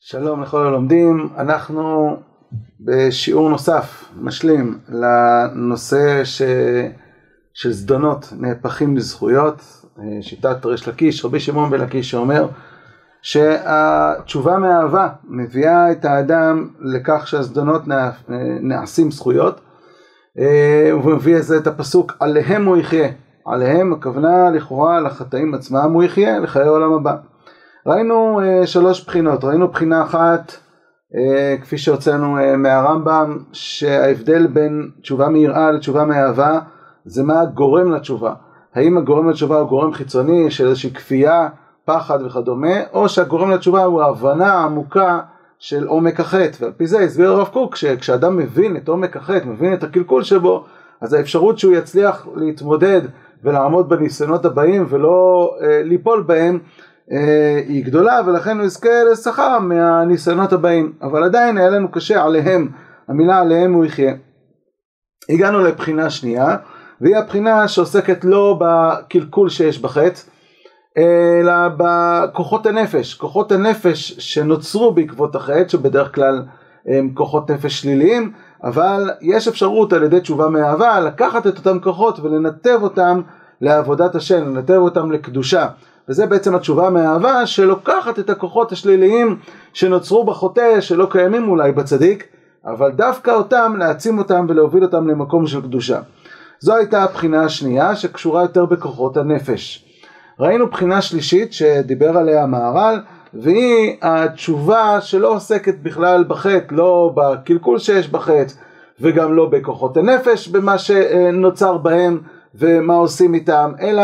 שלום לכל הלומדים, אנחנו בשיעור נוסף משלים לנושא של זדונות נהפכים לזכויות, שיטת ריש לקיש, רבי שמעון בן לקיש שאומר שהתשובה מאהבה מביאה את האדם לכך שהזדונות נעשים זכויות, הוא מביא את הפסוק עליהם הוא יחיה, עליהם הכוונה לכאורה לחטאים עצמם הוא יחיה לחיי העולם הבא. ראינו שלוש בחינות, ראינו בחינה אחת כפי שהוצאנו מהרמב"ם שההבדל בין תשובה מיראה לתשובה מאהבה זה מה גורם לתשובה, האם הגורם לתשובה הוא גורם חיצוני של איזושהי כפייה, פחד וכדומה, או שהגורם לתשובה הוא ההבנה העמוקה של עומק החטא. ועל פי זה הסביר הרב קוק שכשאדם מבין את עומק החטא, מבין את הקלקול שבו, אז האפשרות שהוא יצליח להתמודד ולעמוד בניסיונות הבאים ולא ליפול בהם היא גדולה, ולכן הוא יזכה לשכר מהניסיונות הבאים. אבל עדיין היה לנו קשה עליהם, המילה עליהם הוא יחיה. הגענו לבחינה שנייה, והיא הבחינה שעוסקת לא בקלקול שיש בחטא, אלא בכוחות הנפש, כוחות הנפש שנוצרו בעקבות החטא, שבדרך כלל הם כוחות נפש שליליים, אבל יש אפשרות על ידי תשובה מאהבה לקחת את אותם כוחות ולנתב אותם לעבודת השם, לנתב אותם לקדושה. וזה בעצם התשובה מאהבה שלוקחת את הכוחות השליליים שנוצרו בחוטא, שלא קיימים אולי בצדיק, אבל דווקא אותם, להעצים אותם ולהוביל אותם למקום של קדושה. זו הייתה הבחינה השנייה שקשורה יותר בכוחות הנפש. ראינו בחינה שלישית שדיבר עליה המהר"ל, והיא התשובה שלא עוסקת בכלל בחטא, לא בקלקול שיש בחטא, וגם לא בכוחות הנפש, במה שנוצר בהם ומה עושים איתם, אלא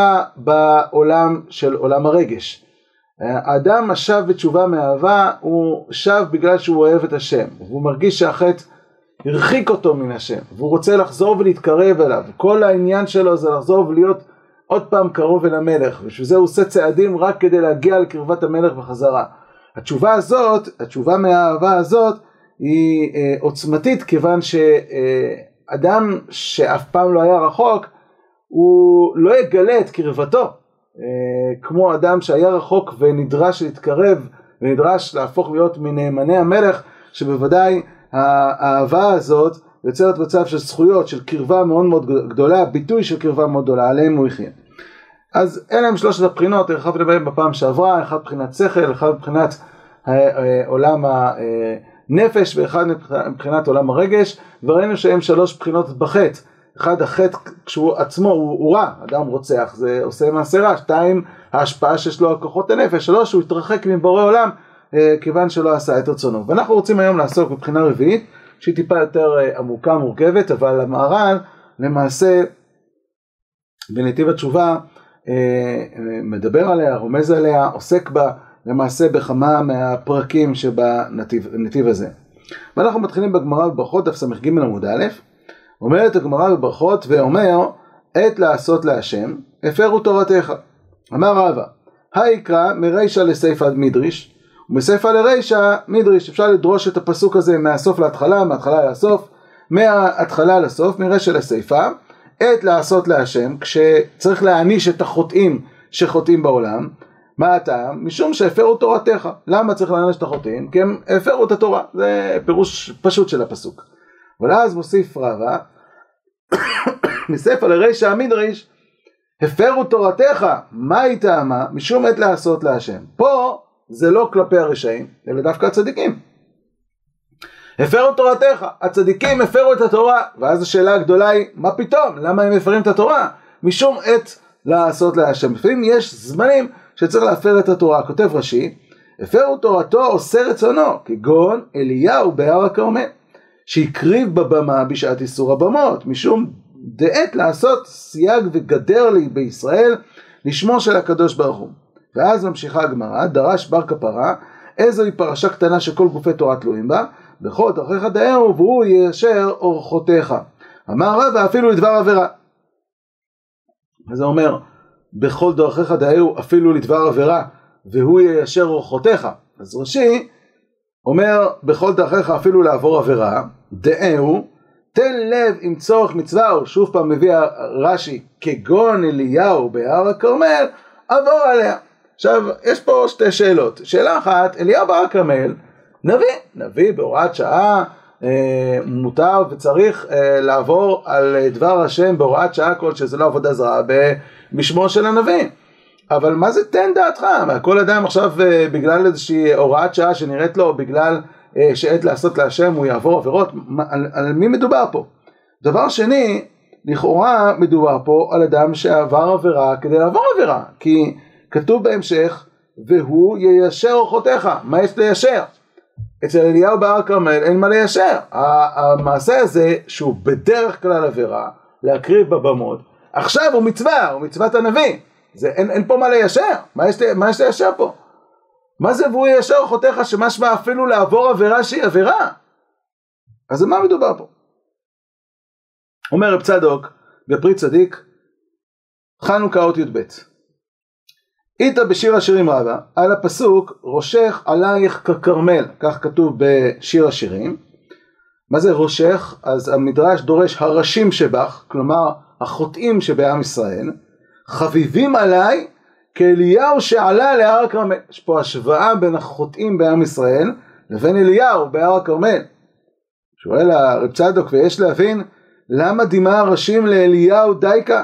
בעולם של עולם הרגש. האדם השב בתשובה מאהבה, הוא שב בגלל שהוא אוהב את השם, והוא מרגיש שהחטא הרחיק אותו מן השם, והוא רוצה לחזור ולהתקרב אליו. כל העניין שלו זה לחזור ולהיות עוד פעם קרוב אל המלך, ושזה הוא עושה צעדים רק כדי להגיע לקרבת המלך בחזרה. התשובה הזאת, התשובה מהאהבה הזאת, היא עוצמתית, כיוון שאדם שאף פעם לא היה רחוק, הוא לא יגלה את קרבתו, כמו אדם שהיה רחוק ונדרש להתקרב, ונדרש להפוך להיות מנאמני המלך, שבוודאי האהבה הזאת יוצרת מצב של זכויות, של קרבה מאוד מאוד גדולה, ביטוי של קרבה מאוד גדולה, עליהם הוא יחיה. אז אלה הם שלושת הבחינות, הרחבתי בהם בפעם שעברה, אחד מבחינת שכל, אחד מבחינת עולם הנפש, ואחד מבחינת עולם הרגש, וראינו שהם שלוש בחינות בחטא. אחד, החטא כשהוא עצמו הוא רע, אדם רוצח, זה עושה מעשה רע. שתיים, ההשפעה שיש לו על כוחות הנפש. שלוש, הוא התרחק מבורא עולם, כיוון שלא עשה את רצונו. ואנחנו רוצים היום לעסוק בבחינה רביעית, שהיא טיפה יותר עמוקה, מורכבת, אבל המהר"ל למעשה בנתיב התשובה מדבר עליה, רומז עליה, עוסק בה למעשה בכמה מהפרקים שבנתיב הזה. ואנחנו מתחילים בגמרא בברכות, דף ס"ג עמוד א', אומרת הגמרא בברכות ואומר, עת לעשות להשם, הפרו תורתך. אמר רבא, היקרא מרישא לסיפא מדריש, ומסיפא לרישא מדריש. אפשר לדרוש את הפסוק הזה מהסוף להתחלה, מההתחלה לסוף, מההתחלה לסוף, מרישא לסיפא. עת לעשות להשם, כשצריך להעניש את החוטאים שחוטאים בעולם. מה הטעם? משום שהפרו תורתך. למה צריך להעניש את החוטאים? כי הם הפרו את התורה. זה פירוש פשוט של הפסוק. אבל אז מוסיף רבא, מסיפא לרישא מדריש, הפרו תורתך. מה היא טעמה? משום עת לעשות להשם. פה זה לא כלפי הרשעים, אלא דווקא הצדיקים. הפרו תורתך, הצדיקים הפרו את התורה, ואז השאלה הגדולה היא, מה פתאום? למה הם מפרים את התורה? משום עת לעשות להשם. לפעמים יש זמנים שצריך להפר את התורה. כותב רש"י, הפרו תורתו עושה רצונו, כגון אליהו בהר הכרמל, שהקריב בבמה בשעת איסור הבמות, משום דעת לעשות סייג וגדר לי בישראל, לשמו של הקדוש ברוך הוא. ואז ממשיכה הגמרא, דרש בר כפרה, איזוהי פרשה קטנה שכל גופי תורה תלויים בה, בכל דרכיך דאהו והוא יישר אורחותיך. אמר רבא אפילו לדבר עבירה. זה אומר, בכל דרכיך דאהו אפילו לדבר עבירה, והוא יישר אורחותיך. אז רש"י אומר, בכל דרכיך אפילו לעבור עבירה, דאהו, תן לב עם צורך מצווה, שוב פעם מביא רש"י, כגון אליהו בהר הכרמל, עבור עליה. עכשיו, יש פה שתי שאלות. שאלה אחת, אליהו בהר הכרמל, נביא בהוראת שעה מותר וצריך לעבור על דבר השם בהוראת שעה כל שזה לא עבודה זרה בשמו של הנביא. אבל מה זה תן דעתך? כל אדם עכשיו בגלל איזושהי הוראת שעה שנראית לו בגלל שעת לעשות להשם הוא יעבור עבירות? על מי מדובר פה? דבר שני, לכאורה מדובר פה על אדם שעבר עבירה כדי לעבור עבירה, כי כתוב בהמשך והוא יישר אורחותיך. מה יש ליישר? אצל אליהו בהר כרמל אין מה ליישר. המעשה הזה שהוא בדרך כלל עבירה להקריב בבמות, עכשיו הוא מצווה, הוא מצוות הנביא. אין פה מה ליישר. מה יש ליישר פה? מה זה והוא יישר אורחותיך שמשמע אפילו לעבור עבירה שהיא עבירה? אז מה מדובר פה? אומר רב צדוק בפרי צדיק, חנוכה אות י"ב. איתה בשיר השירים רבה, על הפסוק ראשך עלייך ככרמל, כך כתוב בשיר השירים. מה זה ראשך? אז המדרש דורש הראשים שבך, כלומר החוטאים שבעם ישראל, חביבים עליי כאליהו שעלה להר הכרמל. יש פה השוואה בין החוטאים בעם ישראל לבין אליהו בהר הכרמל. שואל הרב צדוק, ויש להבין למה דימה הראשים לאליהו דייקה?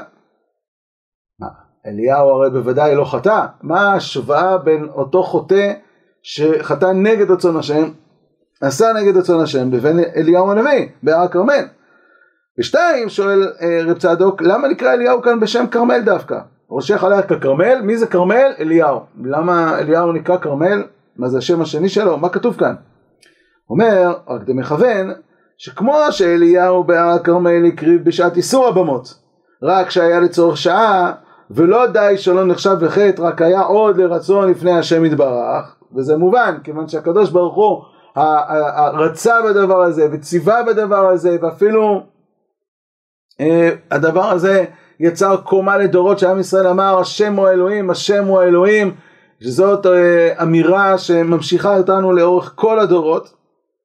אליהו הרי בוודאי לא חטא. מה ההשוואה בין אותו חוטא שחטא נגד רצון השם, עשה נגד רצון השם, לבין אליהו הנביא בהר הכרמל? ושתיים, שואל רב צדוק, למה נקרא אליהו כאן בשם כרמל דווקא? ראשך עלייך ככרמל, מי זה כרמל? אליהו. למה אליהו נקרא כרמל? מה זה השם השני שלו? מה כתוב כאן? אומר, רק דה מכוון, שכמו שאליהו בהר הכרמל הקריב בשעת איסור הבמות, רק שהיה לצורך שעה, ולא די שלא נחשב לחטא, רק היה עוד לרצון לפני השם יתברך, וזה מובן, כיוון שהקדוש ברוך הוא רצה בדבר הזה, וציווה בדבר הזה, ואפילו הדבר הזה יצר קומה לדורות שעם ישראל אמר, השם הוא אלוהים, השם הוא אלוהים, שזאת אמירה שממשיכה אותנו לאורך כל הדורות.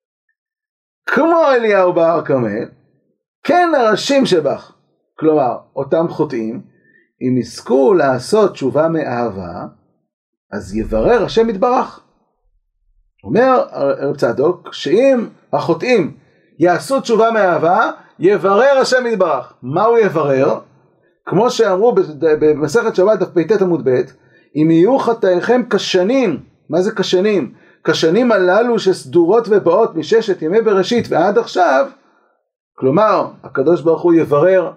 כמו אליהו בהר כרמל, כן הראשים שבך, כלומר אותם חוטאים, אם יזכו לעשות תשובה מאהבה, אז יברר השם יתברך. אומר רב צדוק, שאם החוטאים יעשו תשובה מאהבה, יברר השם יתברך. מה הוא יברר? כמו שאמרו במסכת שבת דף פ"ט עמוד ב', אם יהיו חטאיכם כשנים. מה זה כשנים? כשנים הללו שסדורות ובאות מששת ימי בראשית ועד עכשיו, כלומר הקדוש ברוך הוא יברר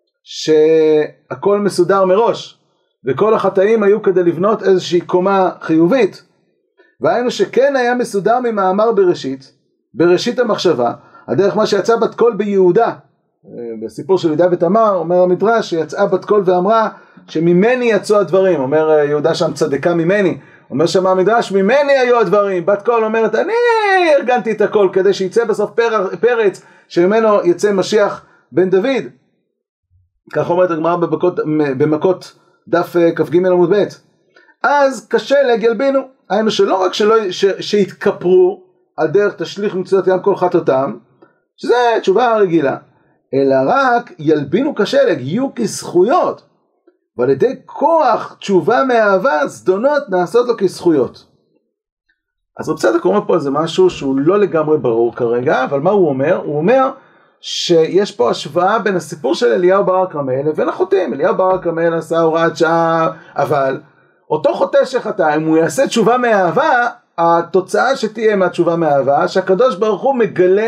שהכל מסודר מראש, וכל החטאים היו כדי לבנות איזושהי קומה חיובית, והיינו שכן היה מסודר ממאמר בראשית, בראשית המחשבה, הדרך מה שיצא בת קול ביהודה, בסיפור של יהודה ותמר, אומר המדרש שיצאה בת קול ואמרה שממני יצאו הדברים, אומר יהודה שם צדקה ממני, אומר שם המדרש ממני היו הדברים, בת קול אומרת אני ארגנתי את הכל כדי שיצא בסוף פרץ שממנו יצא משיח בן דוד. כך אומרת הגמרא במכות דף כ"ג עמוד ב'. אז כשלג ילבינו, היינו שלא רק שיתכפרו על דרך תשליך מצוות ים כל חטאותם, שזה תשובה רגילה, אלא רק ילבינו כשלג, יהיו כזכויות, ועל ידי כוח תשובה מאהבה זדונות נעשות לו כזכויות. אז רב צדוק אומר פה איזה משהו שהוא לא לגמרי ברור כרגע, אבל מה הוא אומר? הוא אומר שיש פה השוואה בין הסיפור של אליהו בהר כרמל לבין החוטאים. אליהו בהר כרמל עשה הוראת שעה, אבל אותו חוטא שחטא, אם הוא יעשה תשובה מאהבה, התוצאה שתהיה מהתשובה מאהבה, שהקדוש ברוך הוא מגלה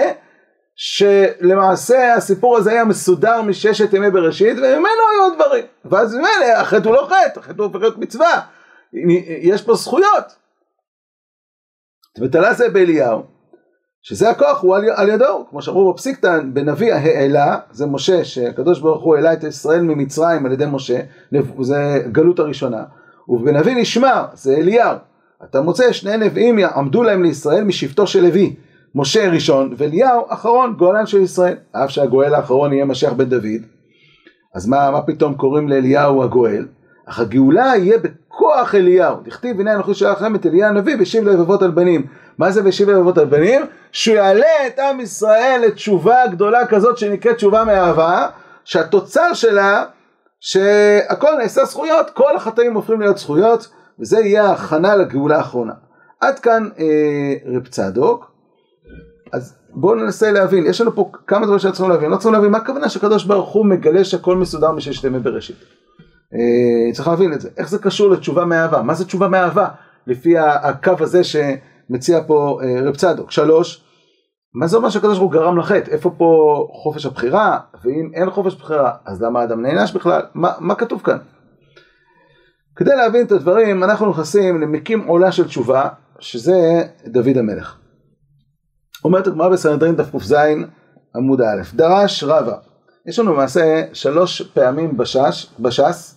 שלמעשה הסיפור הזה היה מסודר מששת ימי בראשית, וממנו היו הדברים. ואז ממנו, החטא הוא לא חטא, החטא הוא הופך להיות מצווה. יש פה זכויות. ותלה זה באליהו, שזה הכוח הוא על ידו, כמו שאמרו בפסיקתא, בנביא העלה, זה משה, שהקדוש ברוך הוא העלה את ישראל ממצרים על ידי משה, זה גלות הראשונה, ובנביא נשמר, זה אליהו. אתה מוצא שני נביאים עמדו להם לישראל משבטו של לוי, משה ראשון ואליהו אחרון, גואלן של ישראל. אף שהגואל האחרון יהיה משיח בן דוד, אז מה פתאום קוראים לאליהו הגואל? אך הגאולה יהיה בכוח אליהו. דכתיב הנה אנוכי שולח לכם את אליה הנביא והשיב לבבות על בנים. מה זה והשיב לבבות על בנים? שהוא יעלה את עם ישראל לתשובה גדולה כזאת שנקראת תשובה מאהבה, שהתוצר שלה שהכל נעשה זכויות, כל החטאים הופכים להיות זכויות, וזה יהיה ההכנה לגאולה האחרונה. עד כאן רב צדוק. אז בואו ננסה להבין, יש לנו פה כמה דברים שצריכים להבין. לא צריכים להבין מה הכוונה שקדוש ברוך הוא מגלה שהכל מסודר מששת ימי בראשית. צריך להבין את זה. איך זה קשור לתשובה מאהבה? מה זה תשובה מאהבה? לפי הקו הזה שמציע פה רב צדוק. 3, מה זה אומר שהקדוש ברוך הוא גרם לחטא? איפה פה חופש הבחירה? ואם אין חופש בחירה, אז למה האדם נענש בכלל? מה כתוב כאן? כדי להבין את הדברים, אנחנו נכנסים למקים עולה של תשובה, שזה דוד המלך. אומרת הגמרא בסנהדרין דף ק"ז עמוד א', דרש רבא. יש לנו למעשה 3 פעמים בש"ס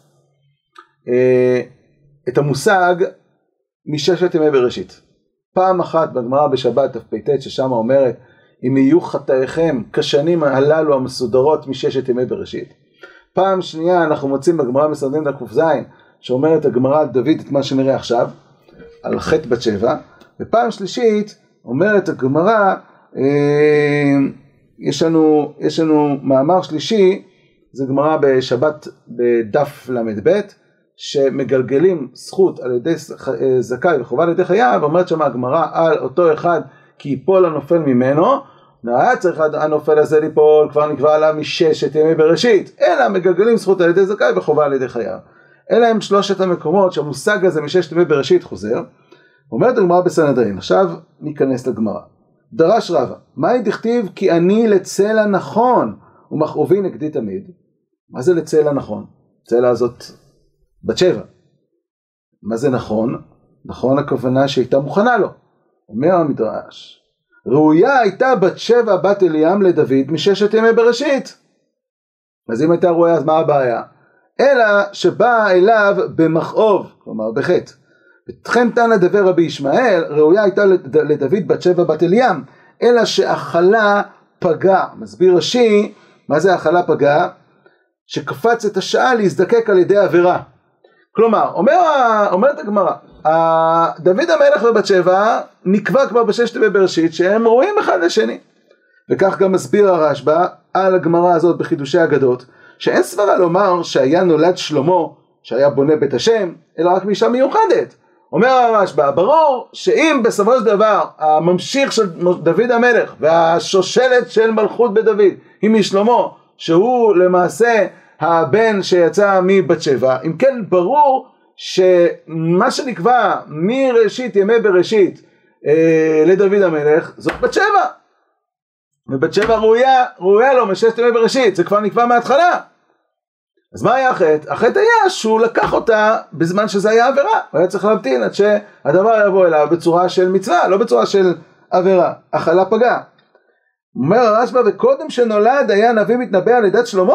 את המושג מששת ימי בראשית. פעם אחת בגמרא בשבת תפ"ט ששם אומרת אם יהיו חטאיכם כשנים הללו המסודרות מששת ימי בראשית. פעם שנייה אנחנו מוצאים בגמרא בסנהדרין דף ק"ז שאומרת הגמרא על דוד את מה שנראה עכשיו, על חטא בת שבע. ופעם שלישית אומרת הגמרא, יש לנו מאמר שלישי, זה גמרא בשבת בדף ל"ב, שמגלגלים זכות על ידי זכאי וחובה על ידי חייב, ואומרת שם הגמרא על אותו אחד כי ייפול הנופל ממנו, צריך הנופל הזה ליפול, כבר נקבע עליו מששת ימי בראשית, אלא מגלגלים זכות על ידי זכאי וחובה על ידי חייב. אלה הם 3 המקומות שהמושג הזה מששת ימי בראשית חוזר. אומרת הגמרא בסנהדרין, עכשיו ניכנס לגמרא. דרש רבא, מהי דכתיב כי אני לצלע נכון ומכאובי נגדי תמיד? מה זה לצלע נכון? צלע הזאת בת שבע. מה זה נכון? נכון הכוונה שהייתה מוכנה לו. אומר המדרש, ראויה הייתה בת שבע בת אליעם לדוד מששת ימי בראשית. אז אם הייתה ראויה אז מה הבעיה? אלא שבאה אליו במכאוב, כלומר בחטא. וכן תנא דבר רבי ישמעאל, ראויה הייתה לדוד בת שבע בת אליעם, אלא שאכלה פגע. מסביר רש"י, מה זה אכלה פגע? שקפץ את השעה להזדקק על ידי עבירה. כלומר, אומרת הגמרא, דוד המלך ובת שבע נקבע כבר בששת ימי בראשית שהם ראויים אחד לשני. וכך גם מסביר הרשב"א על הגמרא הזאת בחידושי אגדות, שאין סברה לומר שהיה נולד שלמה שהיה בונה בית השם, אלא רק מאישה מיוחדת. אומר הרשב"א, ברור שאם בסופו של דבר הממשיך של דוד המלך והשושלת של מלכות בדוד היא משלמה, שהוא למעשה הבן שיצא מבת שבע, אם כן ברור שמה שנקבע מראשית ימי בראשית לדוד המלך זאת בת שבע, ובת שבע ראויה לו מששת ימי בראשית, זה כבר נקבע מההתחלה. אז מה היה החטא? החטא היה שהוא לקח אותה בזמן שזה היה עבירה, הוא היה צריך להמתין עד שהדבר יבוא אליו בצורה של מצווה, לא בצורה של עבירה, אכלה פגע. אומר הרשב"א, וקודם שנולד היה הנביא מתנבא על לידת שלמה,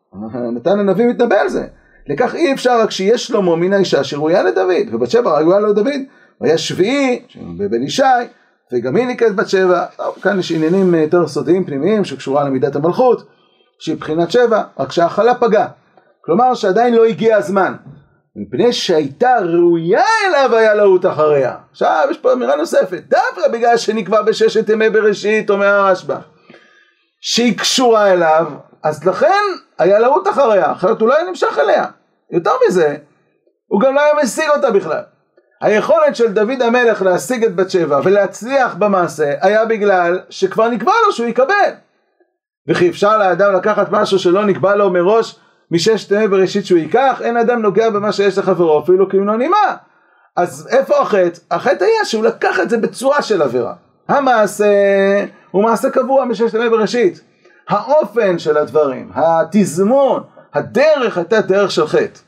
נתן הנביא מתנבא על זה. לכך אי אפשר רק שיש שלמה מן האישה שראויה לדוד, ובת שבע ראויה לו דוד, הוא היה שביעי בבן ישי, וגם היא נקראת בת שבע. כאן יש עניינים יותר סודיים פנימיים שקשורה למידת המלכות, שהיא בחינת שבע, רק שהאכלה פגע. כלומר שעדיין לא הגיע הזמן, מפני שהייתה ראויה אליו היה להות אחריה. עכשיו יש פה אמירה נוספת, דווקא בגלל שנקבע בששת ימי בראשית, אומר הרשב"א, שהיא קשורה אליו, אז לכן היה להות אחריה, אחרת הוא לא היה נמשך אליה. יותר מזה, הוא גם לא היה משיג אותה בכלל. היכולת של דוד המלך להשיג את בת שבע ולהצליח במעשה, היה בגלל שכבר נקבע לו שהוא יקבל. וכי אפשר לאדם לקחת משהו שלא נקבע לו מראש, מששת ימי בראשית שהוא ייקח, אין אדם נוגע במה שיש לחברו, אפילו כמנו נימה. אז איפה החטא? החטא היה שהוא לקח את זה בצורה של עבירה. המעשה הוא מעשה קבוע מששת ימי בראשית. האופן של הדברים, התזמון, הדרך הייתה דרך של חטא.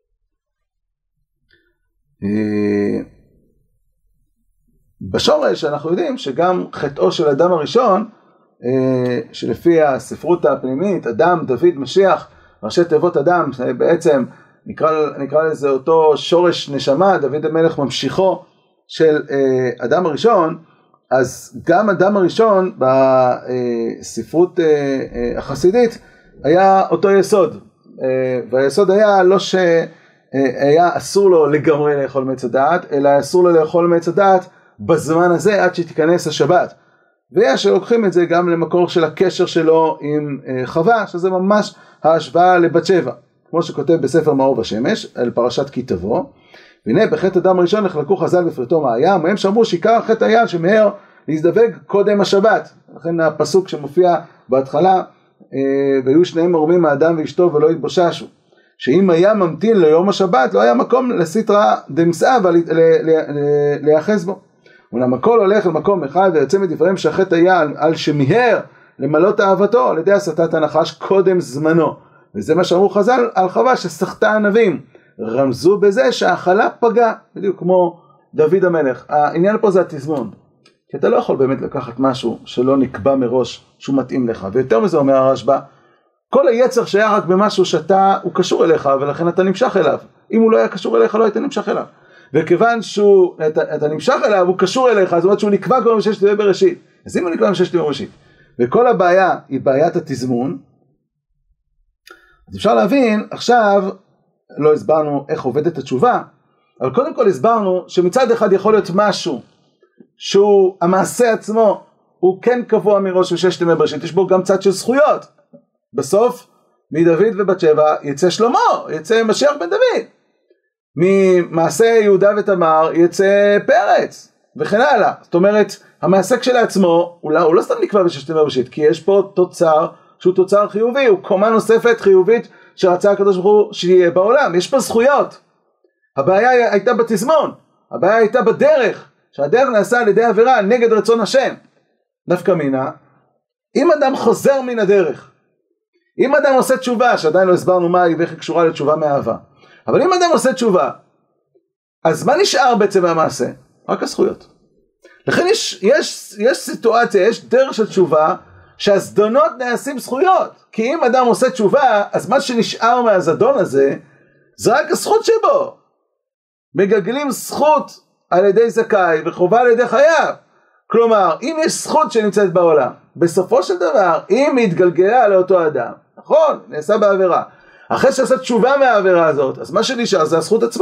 בשורש אנחנו יודעים שגם חטאו של אדם הראשון, שלפי הספרות הפנימית, אדם, דוד, משיח, ראשי תיבות אדם, בעצם נקרא לזה אותו שורש נשמה, דוד המלך ממשיכו של אדם הראשון, אז גם אדם הראשון בספרות החסידית היה אותו יסוד, והיסוד היה לא שהיה אסור לו לגמרי לאכול מעץ הדעת, אלא אסור לו לאכול מעץ הדעת בזמן הזה עד שתיכנס השבת. ויש שלוקחים את זה גם למקור של הקשר שלו עם חווה, שזה ממש ההשוואה לבת שבע, כמו שכותב בספר מאור ושמש, על פרשת כי תבוא. והנה בחטא אדם הראשון נחלקו חז"ל בפרטו מהים, והם שאמרו שעיקר חטא היה שמהר להזדווג קודם השבת. לכן הפסוק שמופיע בהתחלה, והיו שניהם מרומים האדם ואשתו ולא התבוששו, שאם היה ממתין ליום השבת לא היה מקום לסטרא דמסעה ולהיאחז בו. אולם הכל הולך למקום אחד, ויוצא מדבריהם שהחטא היה על שמיהר למלות אהבתו על ידי הסתת הנחש קודם זמנו. וזה מה שאמרו חז"ל על חווה שסחטה ענבים, רמזו בזה שהאכלה פגע, בדיוק כמו דוד המלך. העניין פה זה התזמון, כי אתה לא יכול באמת לקחת משהו שלא נקבע מראש שהוא מתאים לך. ויותר מזה אומר הרשב"א, כל היצר שהיה רק במשהו הוא קשור אליך, ולכן אתה נמשך אליו. אם הוא לא היה קשור אליך, לא היית נמשך אליו. וכיוון שאתה נמשך אליו, הוא קשור אליך, זאת אומרת שהוא נקבע כבר בששת ימי בראשית. אז אם הוא נקבע בששת ימי בראשית, וכל הבעיה היא בעיית התזמון, אז אפשר להבין, עכשיו לא הסברנו איך עובדת התשובה, אבל קודם כל הסברנו שמצד אחד יכול להיות משהו, שהוא המעשה עצמו, הוא כן קבוע מראש בששת ימי בראשית, יש בו גם צד של זכויות. בסוף, מדוד ובת שבע יצא שלמה, יצא משיח בן דוד. ממעשה יהודה ותמר יצא פרץ, וכן הלאה. זאת אומרת, המעשה כשלעצמו, הוא לא סתם נקבע בששת ימי בראשית, כי יש פה תוצר שהוא תוצר חיובי, הוא קומה נוספת חיובית שרצה הקדוש ברוך הוא שיהיה בעולם. יש פה זכויות. הבעיה הייתה בתזמון, הבעיה הייתה בדרך, שהדרך נעשה על ידי עבירה נגד רצון השם. נפקא מינה, אם אדם חוזר מן הדרך, אם אדם עושה תשובה, שעדיין לא הסברנו מה היא ואיך היא קשורה לתשובה מאהבה, אבל אם אדם עושה תשובה, אז מה נשאר בעצם מהמעשה? רק הזכויות. לכן יש סיטואציה, יש דרך של תשובה, שהזדונות נעשים זכויות. כי אם אדם עושה תשובה, אז מה שנשאר מהזדון הזה, זה רק הזכות שבו. מגלגלים זכות על ידי זכאי, וחובה על ידי חייב. כלומר, אם יש זכות שנמצאת בעולם, בסופו של דבר, אם היא התגלגלה לאותו אדם, נכון, נעשה בעבירה, אחרי שעשה תשובה מהעבירה הזאת, אז מה שנשאר זה הזכות עצמה.